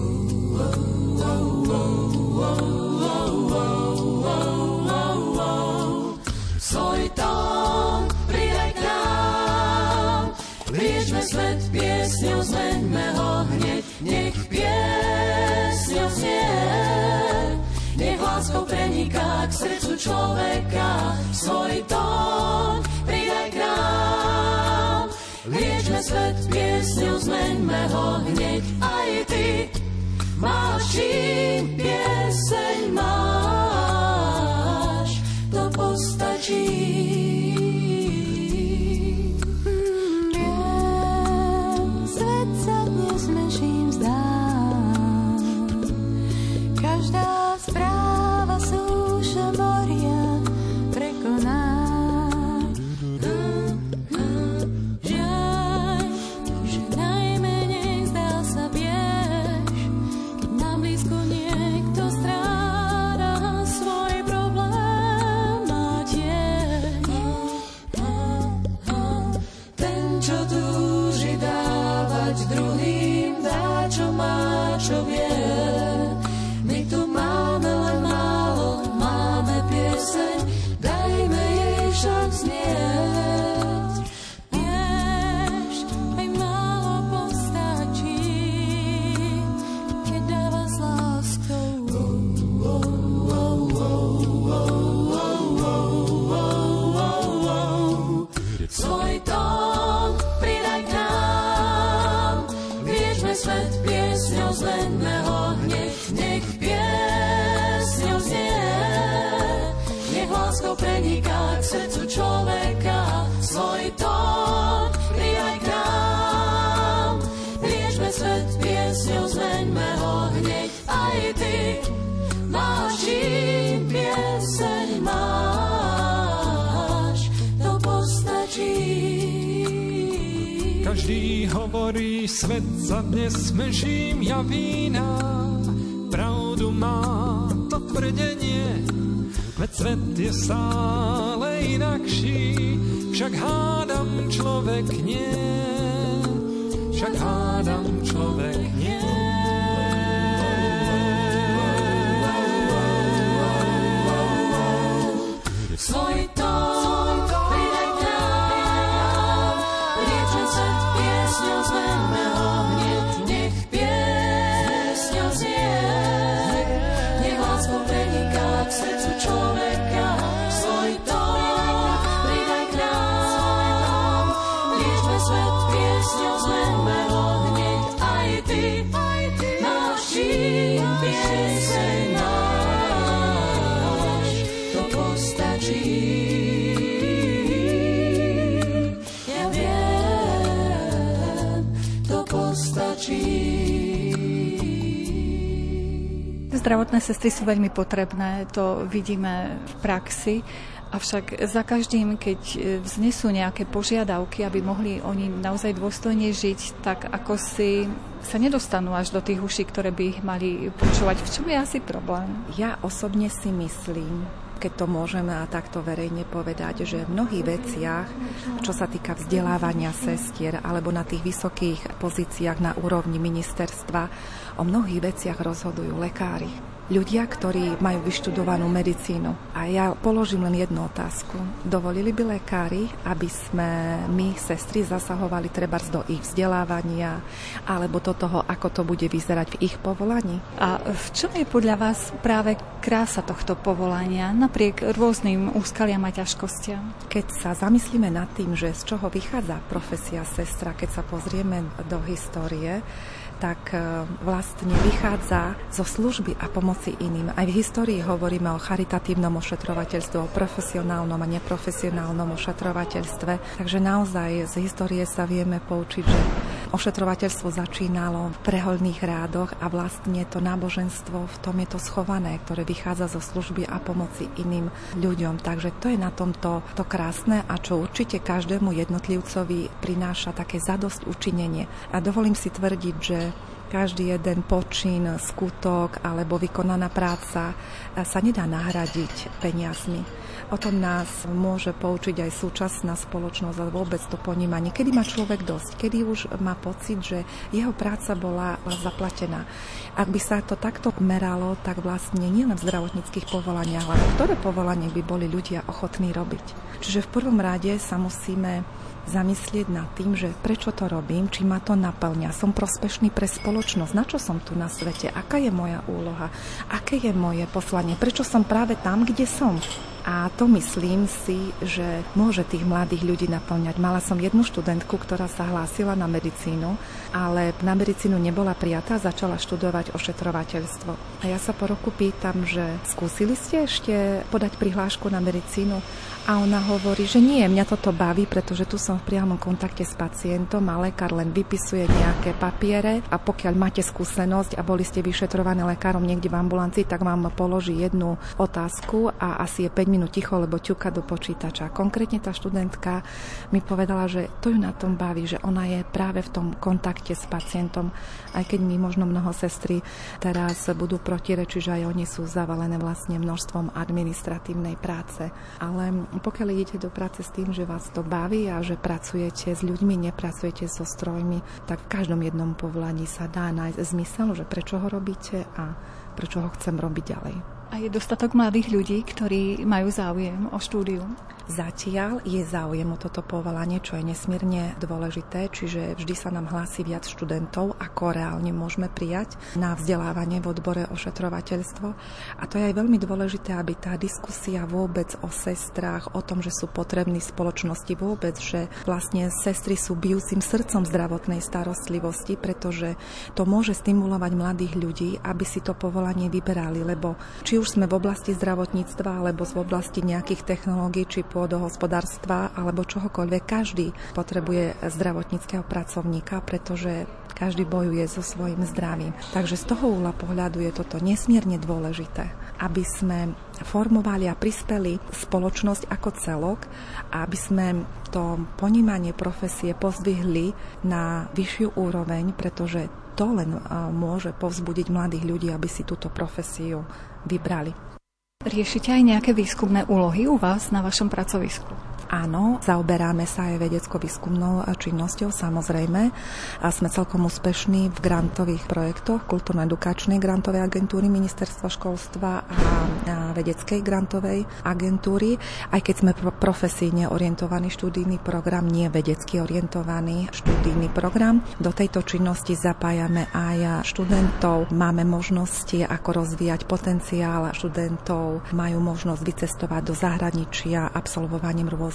S14: Svoj tón pridaj k nám, liečme svet piesňou, zmeňme ho hneď, nech piesňou znie. Nech láskou preniká k srdcu človeka, svoj tón pridaj k nám. Liečme svet piesňou, zmeňme ho hneď, aj ty máš čím pieseň máš, to postačí. Svet sa dnes menším zdá, každá správa súša moria prekoná. Žiaľ, že najmenej zdá sa vieš, keď nám blízko niekto stráda svoj problém má tiež. Ten, čo túži dávať druhým, dá, čo má, čo vie. My tu máme len málo, máme pieseň, dajme jej však znieť. Vieš, aj málo postačí, keď dáva s láskou. Svoj tón pridaj k nám, liečme svet piesňou, zmeňme ho hneď, nech piesňou znie. Nech láskou preniká k srdcu človeka, svoj tón pridaj k nám.
S15: hovorí svet sa dnes mežím javína. Pravdu má to tvrdenie, veď svet je stále inakší. Však hádam človek nie, však hádam človek nie.
S14: Svoj tón pridaj k nám, liečme svet piesňou, zmeňme ho hneď, nech piesňou znie, nech láskou preniká k srdcu človeka. Svoj tón pridaj k nám, liečme svet piesňou, zmeňme ho hneď, aj ty, náš čin pieseň náš, to postačí. Ja viem, to postačí.
S1: Zdravotné sestry sú veľmi potrebné, to vidíme v praxi. Avšak za každým, keď vznesú nejaké požiadavky, aby mohli oni naozaj dôstojne žiť, tak ako si sa nedostanú až do tých uší, ktoré by ich mali počúvať. V čom je asi problém?
S13: Ja osobne si myslím, keď to môžeme a takto verejne povedať, že v mnohých veciach, čo sa týka vzdelávania sestier alebo na tých vysokých pozíciách na úrovni ministerstva, o mnohých veciach rozhodujú lekári. Ľudia, ktorí majú vyštudovanú medicínu. A ja položím len jednu otázku. Dovolili by lekári, aby sme my, sestry, zasahovali trebárs do ich vzdelávania alebo do toho, ako to bude vyzerať v ich povolaní?
S1: A v čom je podľa vás práve krása tohto povolania napriek rôznym úskaliam a ťažkostiam?
S13: Keď sa zamyslíme nad tým, že z čoho vychádza profesia sestra, keď sa pozrieme do histórie, tak vlastne vychádza zo služby a pomoci iným. Aj v histórii hovoríme o charitatívnom ošetrovateľstve, o profesionálnom a neprofesionálnom ošetrovateľstve. Takže naozaj z histórie sa vieme poučiť, že ošetrovateľstvo začínalo v prehoľných rádoch a vlastne to náboženstvo v tom je to schované, ktoré vychádza zo služby a pomoci iným ľuďom. Takže to je na tomto to krásne a čo určite každému jednotlivcovi prináša také zadosť učinenie. A dovolím si tvrdiť, že každý jeden počin, skutok alebo vykonaná práca sa nedá nahradiť peniazmi. O tom nás môže poučiť aj súčasná spoločnosť a vôbec to ponímanie. Kedy má človek dosť, kedy už má pocit, že jeho práca bola zaplatená. Ak by sa to takto meralo, tak vlastne nielen v zdravotníckych povolaniach, ale ktoré povolanie by boli ľudia ochotní robiť. Čiže v prvom rade sa musíme zamyslieť nad tým, že prečo to robím, či ma to naplňa, som prospešný pre spoločnosť, na čo som tu na svete, aká je moja úloha, aké je moje poslanie, prečo som práve tam, kde som. A to myslím si, že môže tých mladých ľudí naplňať. Mala som jednu študentku, ktorá sa hlásila na medicínu, ale na medicínu nebola prijatá, začala študovať ošetrovateľstvo. A ja sa po roku pýtam, že skúsili ste ešte podať prihlášku na medicínu? A ona hovorí, že nie, mňa toto baví, pretože tu som v priamom kontakte s pacientom a lekár len vypisuje nejaké papiere a pokiaľ máte skúsenosť a boli ste vyšetrovaní lekárom niekde v ambulancii, tak vám položí jednu otázku a asi je päť minút ticho, lebo ťuka do počítača. Konkrétne tá študentka mi povedala, že to ju na tom baví, že ona je práve v tom kontakte s pacientom, aj keď my možno mnoho sestry teraz budú protirečiť, že aj oni sú zavalené vlastne množstvom administratívnej práce. Ale pokiaľ idete do práce s tým, že vás to baví a že pracujete s ľuďmi, nepracujete so strojmi, tak v každom jednom povolaní sa dá nájsť zmysel, že prečo ho robíte a prečo ho chcem robiť ďalej.
S1: A je dostatok mladých ľudí, ktorí majú záujem o štúdium?
S13: Zatiaľ je záujem o toto povolanie, čo je nesmierne dôležité, čiže vždy sa nám hlási viac študentov, ako reálne môžeme prijať na vzdelávanie v odbore ošetrovateľstvo. A to je aj veľmi dôležité, aby tá diskusia vôbec o sestrách, o tom, že sú potrební spoločnosti vôbec, že vlastne sestry sú bijúcim srdcom zdravotnej starostlivosti, pretože to môže stimulovať mladých ľudí, aby si to povolanie vyberali, lebo či už sme v oblasti zdravotníctva, alebo v oblasti nejakých technológií, či pôdohospodárstva, alebo čohokoľvek, každý potrebuje zdravotníckeho pracovníka, pretože každý bojuje so svojím zdravím. Takže z toho uhla pohľadu je toto nesmierne dôležité, aby sme formovali a prispeli spoločnosť ako celok, aby sme to ponímanie profesie pozdvihli na vyššiu úroveň, pretože to len môže povzbudiť mladých ľudí, aby si túto profesiu vybrali.
S1: Riešite aj nejaké výskumné úlohy u vás na vašom pracovisku?
S13: Áno, zaoberáme sa aj vedecko-výskumnou činnosťou, samozrejme. A sme celkom úspešní v grantových projektoch kultúrno-edukačnej grantovej agentúry Ministerstva školstva a vedeckej grantovej agentúry. Aj keď sme profesíne orientovaný študijný program, nie vedecky orientovaný študijný program. Do tejto činnosti zapájame aj študentov. Máme možnosti, ako rozvíjať potenciál študentov. Majú možnosť vycestovať do zahraničia absolvovaním rôznych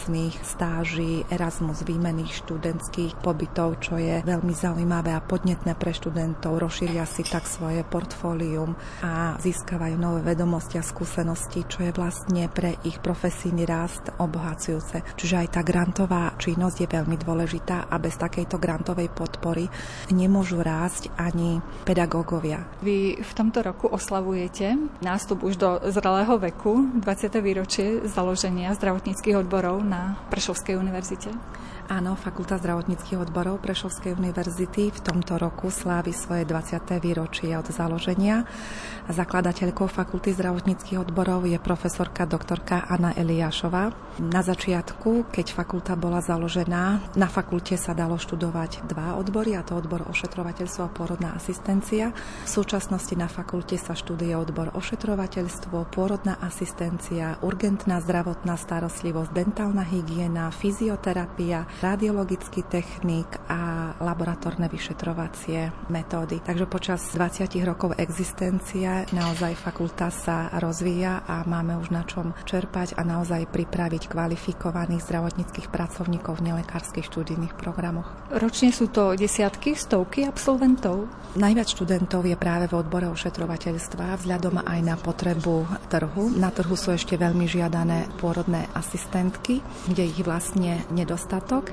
S13: stáží, Erasmus, výmenných študentských pobytov, čo je veľmi zaujímavé a podnetné pre študentov. Rozšíria si tak svoje portfólium a získavajú nové vedomosti a skúsenosti, čo je vlastne pre ich profesijný rast obohacujúce. Čiže aj tá grantová činnosť je veľmi dôležitá a bez takejto grantovej podpory nemôžu rásť ani pedagógovia.
S1: Vy v tomto roku oslavujete nástup už do zrelého veku, dvadsiate výročie založenia zdravotníckych odborov na Prešovskej univerzite.
S13: Áno, Fakulta zdravotníckych odborov Prešovskej univerzity v tomto roku slávi svoje dvadsiate výročie od založenia. Zakladateľkou Fakulty zdravotníckych odborov je profesorka doktorka Anna Eliášová. Na začiatku, keď fakulta bola založená, na fakulte sa dalo študovať dva odbory, a to odbor ošetrovateľstvo a pôrodná asistencia. V súčasnosti na fakulte sa študuje odbor ošetrovateľstvo, pôrodná asistencia, urgentná zdravotná starostlivosť, dentálna hygiena, fyzioterapia, radiologický technik a laboratórne vyšetrovacie metódy. Takže počas dvadsať rokov existencie naozaj fakulta sa rozvíja a máme už na čom čerpať a naozaj pripraviť kvalifikovaných zdravotníckych pracovníkov v nelekárskych študijných programoch.
S1: Ročne sú to desiatky, stovky absolventov?
S13: Najviac študentov je práve v odbore ošetrovateľstva vzhľadom aj na potrebu trhu. Na trhu sú ešte veľmi žiadané pôrodné asistentky, kde ich vlastne nedostatok,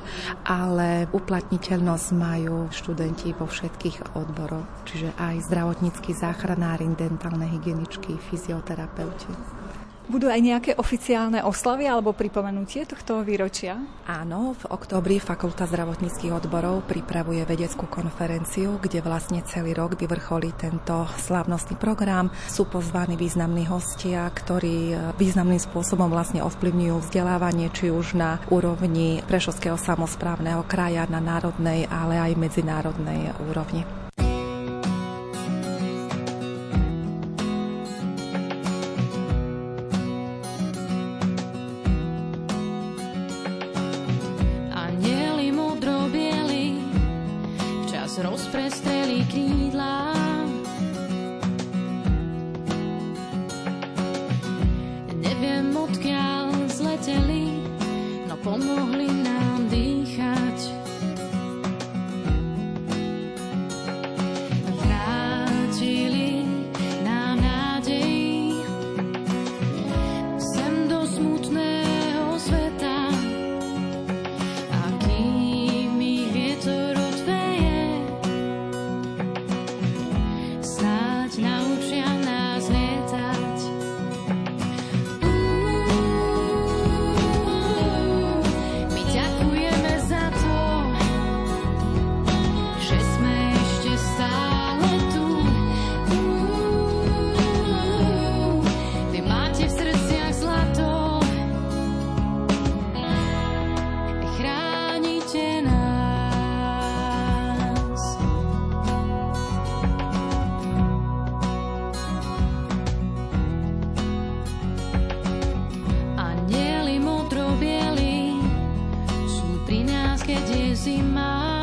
S13: ale uplatniteľnosť majú študenti vo všetkých odboroch, čiže aj zdravotnícky záchranári, dentálne hygieničky, fyzioterapeuti.
S1: Budú aj nejaké oficiálne oslavy alebo pripomenutie tohto výročia?
S13: Áno, v októbri Fakulta zdravotníckych odborov pripravuje vedeckú konferenciu, kde vlastne celý rok vyvrcholí tento slávnostný program. Sú pozvaní významní hostia, ktorí významným spôsobom vlastne ovplyvňujú vzdelávanie, či už na úrovni Prešovského samosprávneho kraja, na národnej, ale aj medzinárodnej úrovni.
S16: Rozprestreli krídla, neviem odkiaľ zleteli, no pomohli nám dýchať. Vrátili nám nádej sem do smutného sveta, a kým ich vietor naučia nás lietať. My ďakujeme za to, že sme ešte stále tu. Vy máte v srdciach zlato, chránite nás. Keď je zima,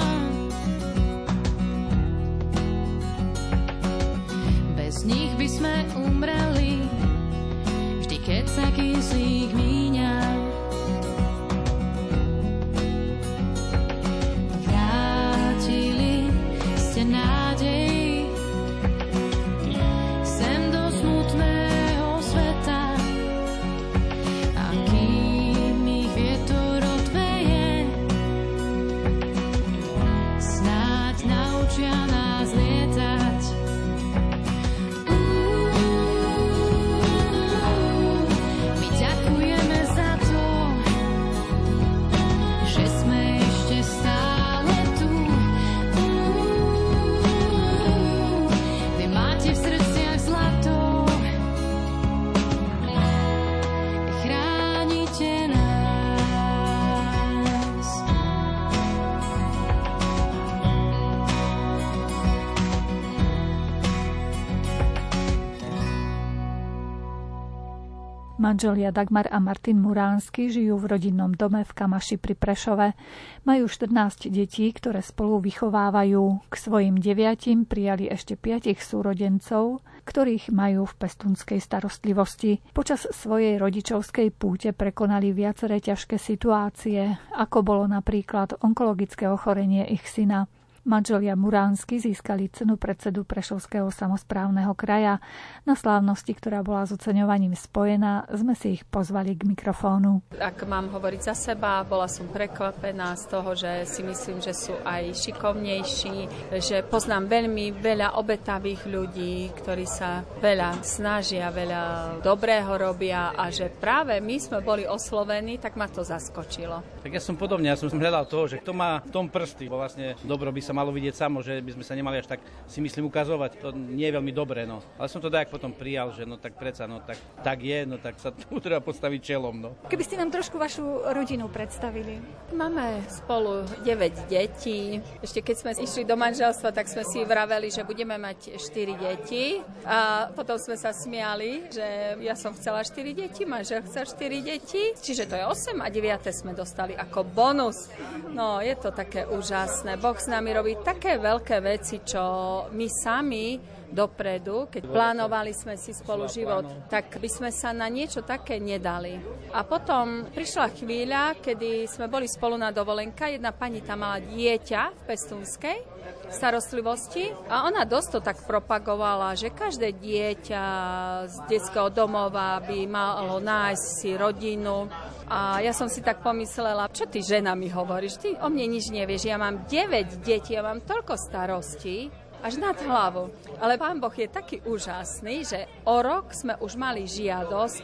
S16: bez nich by sme umreli, vždy keď sa kyslík míňa. Vrátili ste nádej sem do smutného sveta, a kým ich vietor naučia nás lietať.
S1: Manželia Dagmar a Martin Muránsky žijú v rodinnom dome v Kamaši pri Prešove. Majú štrnásť detí, ktoré spolu vychovávajú. K svojim deviatim prijali ešte piatich súrodencov, ktorých majú v pestúnskej starostlivosti. Počas svojej rodičovskej púte prekonali viaceré ťažké situácie, ako bolo napríklad onkologické ochorenie ich syna. Manželia Muránsky získali cenu predsedu Prešovského samosprávneho kraja. Na slávnosti, ktorá bola s oceňovaním spojená, sme si ich pozvali k mikrofónu.
S17: Ak mám hovoriť za seba, bola som prekvapená z toho, že si myslím, že sú aj šikovnejší, že poznám veľmi veľa obetavých ľudí, ktorí sa veľa snažia, veľa dobrého robia a že práve my sme boli oslovení, tak ma to zaskočilo.
S18: Tak ja som podobne, ja som hľadal toho, že kto má v tom prsty, bo vlastne dobro by sa malo vidieť samo, že by sme sa nemali až tak, si myslím, ukazovať. To nie je veľmi dobré, no. Ale som to tak potom prijal, že no tak predsa, no tak, tak je, no tak sa tu treba postaviť čelom, no.
S1: Keby ste nám trošku vašu rodinu predstavili.
S17: Máme spolu deväť detí. Ešte keď sme išli do manželstva, tak sme si vraveli, že budeme mať štyri deti. A potom sme sa smiali, že ja som chcela štyri deti, manžel chcel štyri deti. Čiže to je osem a deviate sme dostali ako bonus. No, je to také úžasné. Boh s nami robí také veľké veci, čo my sami dopredu, keď plánovali sme si spolu život, tak by sme sa na niečo také nedali. A potom prišla chvíľa, kedy sme boli spolu na dovolenka, jedna pani tam mala dieťa v pestúnskej starostlivosti a ona dosť to tak propagovala, že každé dieťa z detského domova by malo nájsť si rodinu. A ja som si tak pomyslela, čo ty žena mi hovoríš, ty o mne nič nevieš, ja mám deväť detí, ja mám toľko starostí, až nad hlavu. Ale Pán Boh je taký úžasný, že o rok sme už mali žiadosť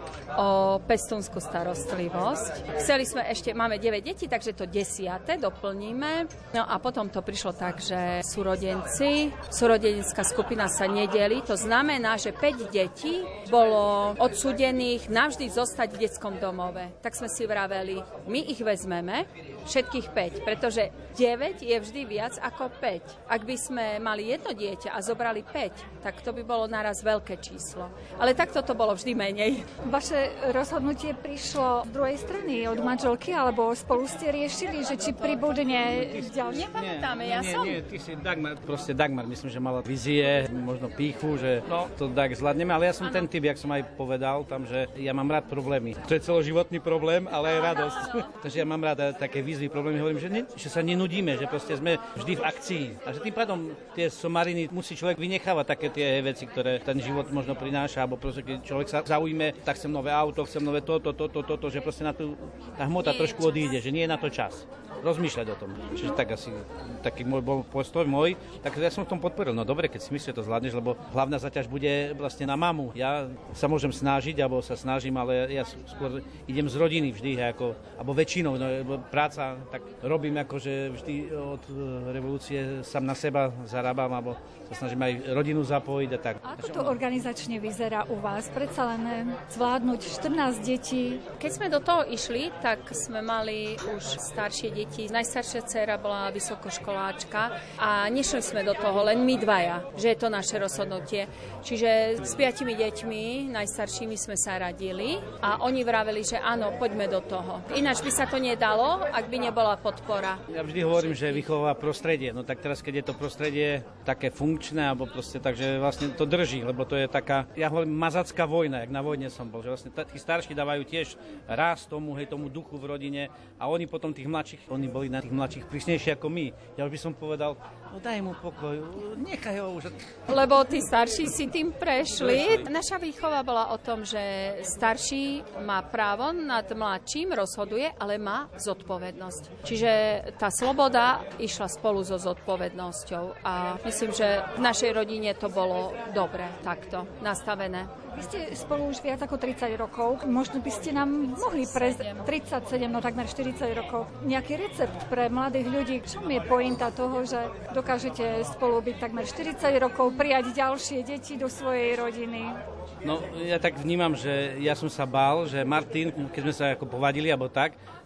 S17: o pestúnsku starostlivosť. Chceli sme ešte, máme deväť detí, takže to desiate doplníme. No a potom to prišlo tak, že súrodenci, súrodenská skupina sa nedeli. To znamená, že päť detí bolo odsúdených navždy zostať v detskom domove. Tak sme si vraveli, my ich vezmeme, všetkých päť, pretože deväť je vždy viac ako päť. Ak by sme mali jedno dieťa a zobrali päť, tak to by bolo naraz veľké číslo. Ale takto to bolo vždy menej.
S1: Vaše rozhodnutie prišlo z druhej strany od manželky, alebo spolu ste riešili, že či pribudne ďalšie?
S17: Nepamätáme, ja
S18: nie,
S17: som.
S18: Nie, ty si Dagmar, proste Dagmar, myslím, že mala vízie, možno pýchu, že no, to tak zvládneme, ale ja som ano. Ten typ, jak som aj povedal tam, že ja mám rád problémy. To je celoživotný problém, ale aj radosť. Takže ja mám rád také výzvy, problémy, hovorím, že, ne, že sa nenudíme, že proste sme vždy v akcii. A že tým pádom tie somariny musí človek vynechávať také tie veci, ktoré ten život možno prináša, alebo proste keď človek sa zaujme, tak chcem nové auto, chcem nové toto, toto, toto, že proste na tú, tá hmota trošku odíde, že nie je na to čas. Rozmýšľať o tom. Čiže tak asi taký môj bol postoj môj, tak ja som v tom podporil. No dobre, keď si myslíš, že to zvládneš, lebo hlavná zaťaž bude vlastne na mamu. Ja sa môžem snažiť, alebo sa snažím, ale ja skôr idem z rodiny vždy, ako, alebo väčšinou, no, práca, tak robím akože vždy od revolúcie sám na seba zarábam, alebo sa snažím aj rodinu zapojiť a tak.
S1: A ako to organizačne vyzerá u vás? Predsa len zvládnuť štrnásť detí.
S17: Keď sme do toho išli, tak sme mali už staršie deti. Najstaršia dcéra bola vysokoškoláčka a nešli sme do toho len my dvaja, že je to naše rozhodnutie. Čiže s piatimi deťmi, najstaršími sme sa radili a oni vraveli, že áno, poďme do toho. Ináč by sa to nedalo, ak by nebola podpora.
S18: Ja vždy hovorím, že vychová prostredie. No tak teraz, keď je to prostredie také funkčné, alebo proste takže vlastne to drží, lebo to je taká, ja hovorím, mazacká vojna, jak na vojne som bol, že vlastne tí starší dávajú tiež raz tomu, hej, tomu duchu v rodine a oni potom tých mladších, oni boli na tých mladších prísnejší ako my. Ja už by som povedal, no daj mu pokoj, nechaj ho už. Lebo
S17: tí starší si tým prešli. Naša výchova bola o tom, že starší má právo nad mladším, rozhoduje, ale má zodpovednosť. Čiže tá sloboda išla spolu so zodpovednosťou a myslím, že v našej rodine to bolo dobre takto nastavené.
S1: Vy ste spolu už viac ako tridsať rokov. Možno by ste nám mohli prejsť tridsaťsedem, no takmer štyridsať rokov. Nejaký recept pre mladých ľudí. Čo je pointa toho, že dokážete spolu byť takmer štyridsať rokov, prijať ďalšie deti do svojej rodiny?
S18: No, ja tak vnímam, že ja som sa bál, že Martin, keď sme sa ako povadili, alebo tak,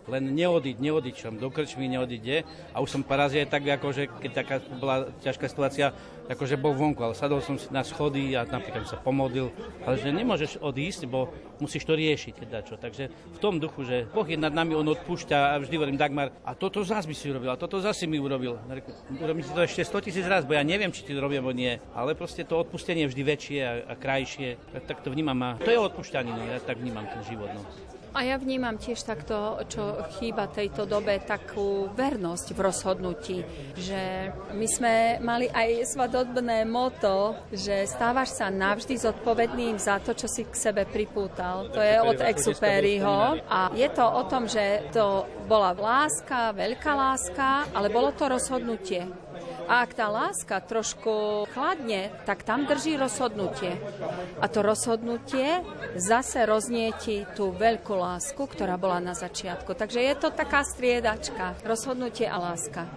S18: len neodiť, neodiť som do krčmy, neodiť kde. A už som parazie tak, ako, že keď taká bola ťažká situácia, akože bol vonku, ale sadol som si na schody a napríklad sa pomodlil, ale že nemôžeš odísť, bo musíš to riešiť. Čo. Takže v tom duchu, že Boh je nad nami, on odpúšťa a vždy hovorím, Dagmar, a toto zás by si urobil, a toto zase mi urobil. Urobím si to ešte sto tisíc raz, bo ja neviem, či ti to robím, alebo nie. Ale proste to odpustenie je vždy väčšie a, a krajšie. Tak, tak to vnímam. A to je odpúšťanie, no, ja tak vnímam ten život. No.
S17: A ja vnímam tiež takto, čo chýba tejto dobe, takú vernosť v rozhodnutí, že my sme mali aj svadobné motto, že stávaš sa navždy zodpovedným za to, čo si k sebe pripútal. To je od Exupéryho a je to o tom, že to bola láska, veľká láska, ale bolo to rozhodnutie. A ak tá láska trošku chladne, tak tam drží rozhodnutie. A to rozhodnutie zase roznieti tú veľkú lásku, ktorá bola na začiatku. Takže je to taká striedačka. Rozhodnutie a láska.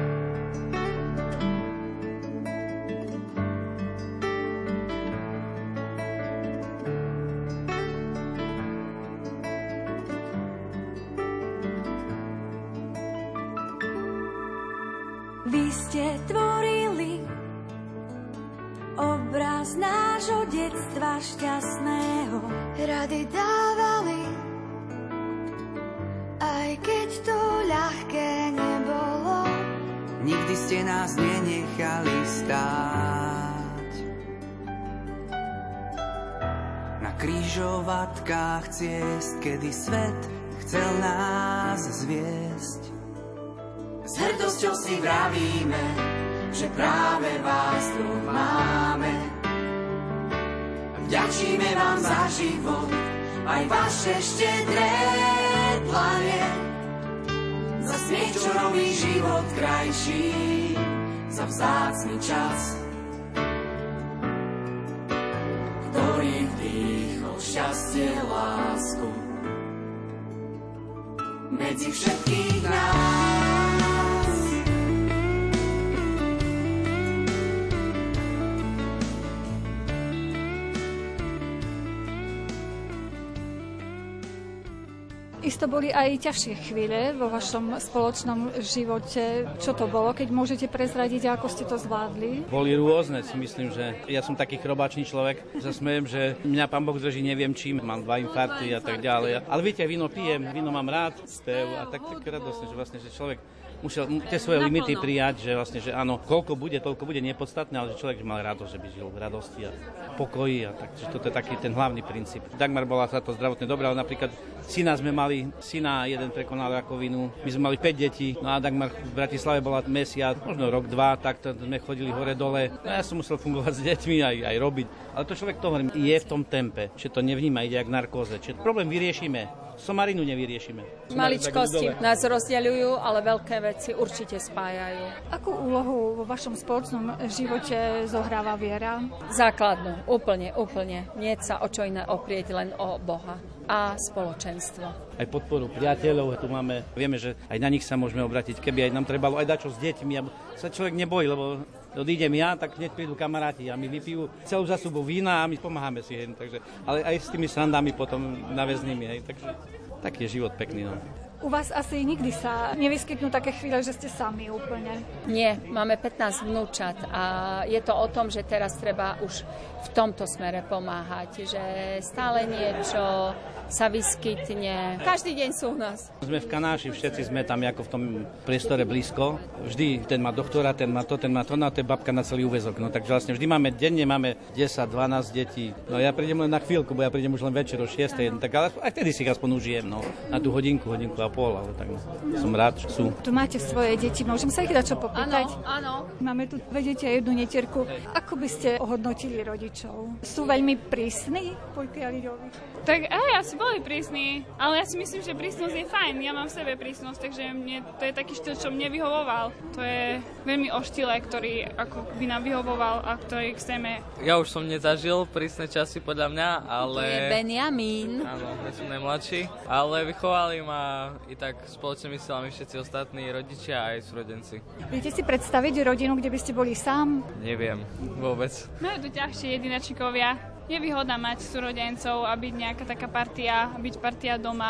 S14: Vy ste tvorili obraz nášho detstva šťastného. Rady dávali, aj keď to ľahké nebolo.
S12: Nikdy ste nás nenechali stáť. Na križovatkách ciest, kedy svet chcel nás zviesť. S hrdosťou si vravíme, že práve vás tu máme. Vďačíme vám za život, aj vaše štedré dlane. Za smiech, čo robí život krajší, za vzácny čas, ktorý vdýchol šťastie, lásku medzi všetkých nás.
S1: Isto boli aj ťažšie chvíle vo vašom spoločnom živote. Čo to bolo, keď môžete prezradiť, ako ste to zvládli?
S18: Boli rôzne, si myslím, že ja som taký chrobačný človek. Zasmejem, že mňa Pán Boh drží neviem čím, mám dva infarkty a tak ďalej. Ale viete, víno pijem, víno mám rád, spev a tak také radosne, že vlastne, že človek musel tie svoje naplno limity prijať, že vlastne, že áno, koľko bude, toľko bude nepodstatné, ale že človek mal radosť, že by žil v radosti a pokoji a tak, že toto je taký ten hlavný princíp. Dagmar bola sa to zdravotne dobrá, ale napríklad syna sme mali, syna jeden prekonal rakovinu, my sme mali päť detí, no a Dagmar v Bratislave bola mesiac, možno rok, dva, tak to sme chodili hore dole. No ja som musel fungovať s deťmi aj, aj robiť, ale to človek to hovorím, je v tom tempe, že to nevníma, ide jak narkóze, že problém vyriešime. Somarinu nevyriešime.
S17: Maličkosti nás rozdeľujú, ale veľké veci určite spájajú.
S1: Akú úlohu vo vašom spoločnom živote zohráva viera?
S17: Základnú, úplne, úplne. Nie sa o čo iné oprieť, len o Boha a spoločenstvo.
S18: Aj podporu priateľov, tu máme, vieme, že aj na nich sa môžeme obrátiť, keby aj nám trebalo aj dačo s deťmi, aby sa človek nebojí, lebo odídem ja, tak hneď prídu kamaráti a my vypijú celú zásobu vína a my pomáhame si, hej, takže, ale aj s tými srandami potom naväznými, hej, takže taký je život pekný. No.
S1: U vás asi nikdy sa nevyskytnú také chvíle, že ste sami úplne?
S17: Nie, máme pätnásť vnúčat a je to o tom, že teraz treba už v tomto smere pomáhať, že stále niečo sa vyskytne. Každý deň sú u nás. Sme
S18: v Kanáši, všetci sme tam ako v tom priestore blízko. Vždy ten má doktora, ten má to, ten má to, no to je babka na celý úväzok. No takže vlastne vždy máme, denne máme desať dvanásť detí. No ja prídem len na chvíľku, bo ja prídem už len večer o šiestej, tak ale aj vtedy si ich aspoň užijem, no. Na tú hodinku, hodinku a pol, ale tak no, som rád, že sú.
S1: Tu máte svoje deti, môžem sa ich dať čo popýtať?
S17: Áno, áno.
S1: Máme tu dve deti a jednu netierku. Ako by ste ohodnotili rodičov? Sú veľmi prísni, pokiaľ ide o výchovu?
S19: Tak aj, asi boli prísni, ale ja si myslím, že prísnosť je fajn. Ja mám v sebe prísnosť, takže mne to je taký štýl, čo mne vyhovoval. To je veľmi o štýle, ktorý ako by nám vyhovoval a ktorý chceme.
S20: Ja už som nezažil prísne časy podľa mňa, ale...
S17: To je Benjamín.
S20: Áno, ja som najmladší, ale vychovali ma i tak spoločnými silami všetci ostatní rodičia a aj súrodenci.
S1: Viete si predstaviť rodinu, kde by ste boli sám?
S20: Neviem, vôbec.
S19: Majú tu ťažšie jedinačíkovia. Je výhoda mať súrodencov a byť nejaká taká partia, byť partia doma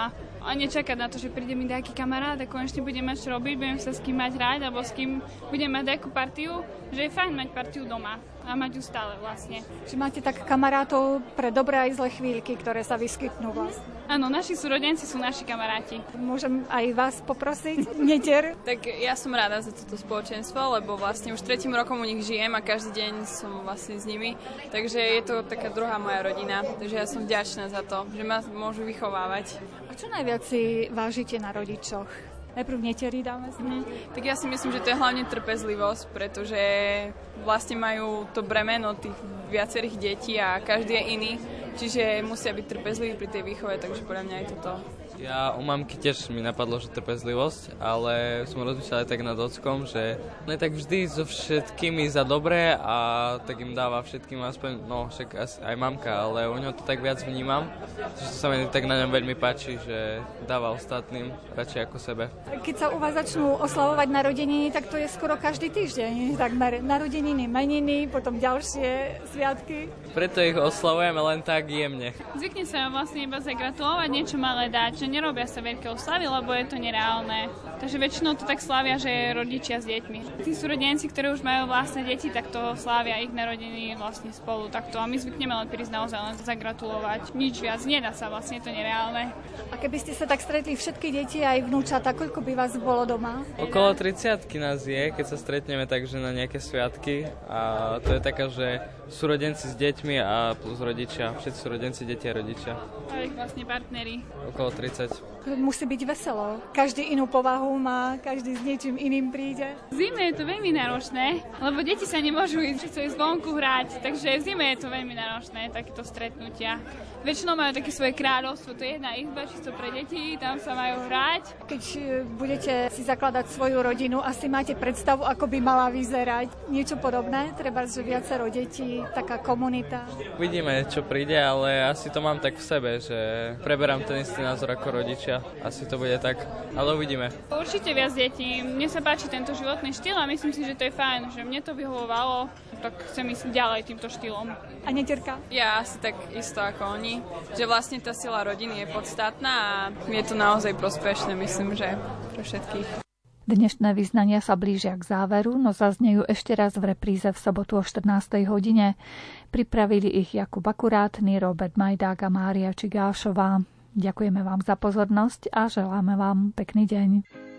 S19: a nečakať na to, že príde mi nejaký kamarát a konečne budem mať čo robiť, budem sa s kým mať rád, alebo s kým budem mať nejakú partiu, že je fajn mať partiu doma a mať ju stále vlastne.
S1: Či máte tak kamarátov pre dobré aj zlé chvíľky, ktoré sa vyskytnú vlastne?
S19: Áno, naši súrodenci sú naši kamaráti.
S1: Môžem aj vás poprosiť, Netier?
S17: Tak ja som rada za toto spoločenstvo, lebo vlastne už tretím rokom u nich žijem a každý deň som vlastne s nimi. Takže je to taká druhá moja rodina. Takže ja som vďačná za to, že ma môžu vychovávať.
S1: A čo najviac si vážite na rodičoch? Najprv Netieri dáme si.
S17: Mm, tak ja si myslím, že to je hlavne trpezlivosť, pretože vlastne majú to bremeno tých viacerých detí a každý je iný. Čiže musia byť trpezliví pri tej výchove, takže podľa mňa je toto.
S20: Ja u mamky tiež mi napadlo, že trpezlivosť, ale som rozmýšľal aj tak nad ockom, že on je tak vždy so všetkými za dobré a tak im dáva všetkým aspoň, no však aj mamka, ale u ňo to tak viac vnímam, že to sa mi tak na ňom veľmi páči, že dáva ostatným radšej ako sebe.
S1: Keď sa u vás začnú oslavovať narodeniny, tak to je skoro každý týždeň, takmer narodeniny, meniny, potom ďalšie sviatky.
S20: Preto ich oslavujeme len tak jemne.
S19: Zvykne sa vlastne iba zagratulovať, niečo malé dať, že nerobia sa veľké oslavy, lebo je to nereálne. Takže väčšinou to tak slávia, že rodičia s deťmi. Tí súrodenci, ktorí už majú vlastné deti, tak to slávia ich narodeniny vlastne spolu takto. A my zvykneme len prísť naozaj len zagratulovať. Nič viac, nedá sa, vlastne je to nereálne.
S1: A keby ste sa tak stretli všetky deti aj vnúčata, koľko by vás bolo doma?
S20: Okolo tridsiatky nás je, keď sa stretneme takže na nejaké sviatky. A to je taká, že súrodenci s deťmi a plus rodičia. Všetci súrodenci, deti a rodičia.
S19: A ich vlastne partneri.
S20: Okolo tridsať.
S1: Musí byť veselo. Každý inú povahu má, každý s niečím iným príde.
S19: V zime je to veľmi náročné, lebo deti sa nemôžu ísť, chcú ísť vonku hrať, takže v zime je to veľmi náročné, takéto stretnutia. Väčšinou majú také svoje kráľovstvo, to je jedna izba čisto pre deti, tam sa majú hrať.
S1: Keď budete si zakladať svoju rodinu, asi máte predstavu, ako by mala vyzerať. Niečo podobné? Treba, že viacero detí, taká komunita.
S20: Uvidíme, čo príde, ale asi to mám tak v sebe, že preberám ten istý názor ako rodičia. Asi to bude tak, ale uvidíme.
S19: Určite viac detí. Mne sa páči tento životný štýl a myslím si, že to je fajn, že mne to vyhovovalo, tak chcem ísť ďalej týmto štýlom.
S1: A Netierka?
S17: Ja asi tak isto ako oni, že vlastne tá sila rodiny je podstatná a je to naozaj prospešné, myslím, že pre všetkých.
S1: Dnešné vyznania sa blížia k záveru, no zaznejú ešte raz v repríze v sobotu o štrnástej hodine. Pripravili ich Jakub Akurátny, Robert Majdák a Mária Čigášová. Ďakujeme vám za pozornosť a želáme vám pekný deň.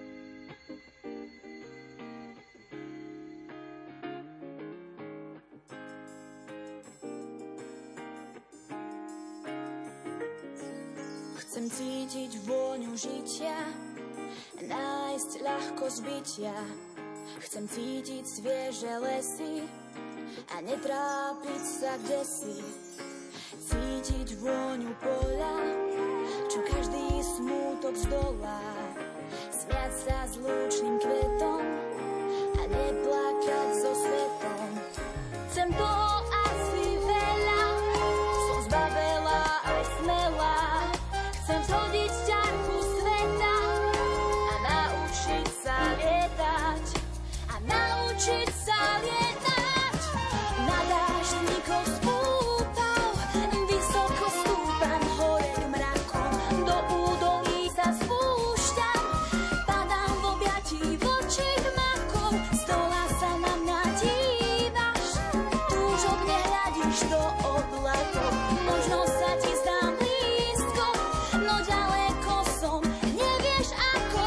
S21: Chcem cítiť vôňu žitia, nájsť ľahkosť bytia. Chcem cítiť svieže lesy a netrápiť sa kdesi. Cítiť vôňu poľa, čo každý smútok zdolá. Smiať sa s lúčným kvetom a neplakať so svetom. Chcem to asi veľa, som zbabelá aj smelá. Chcem zhodiť ťarchu sveta a naučiť sa lietať. A naučiť sa lietať na dáždníkov spútav. Vysoko stúpam hore k mrakom, do údolí sa spúšťam. Padám v objatí vlčích makov, z dola sa na mňa dívaš. Túžobne hľadíš do oblakov, možno sa ti zdám blízko, no ďaleko som, nevieš ako.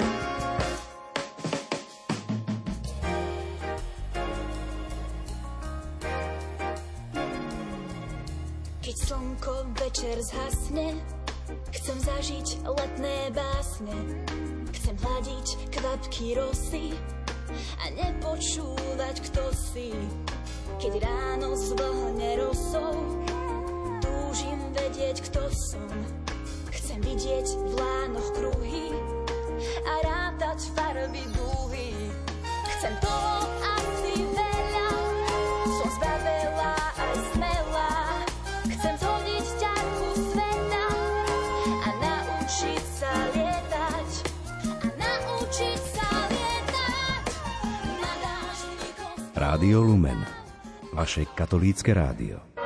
S21: Keď slnko večer zhasne, chcem zažiť letné básne. Chcem hľadiť kvapky rosy a nepočúvať, kto si. Keď ráno zvlhne rosou, túžim vedieť, kto som. Chcem vidieť v lánoch kruhy a rátať farby dúhy. Chcem toho asi veľa, som zbabelá aj smelá. Chcem zhodiť ťarchu sveta a naučiť sa lietať. A naučiť sa lietať na dáždníkom.
S6: Rádio Lumen, vaše katolícke rádio.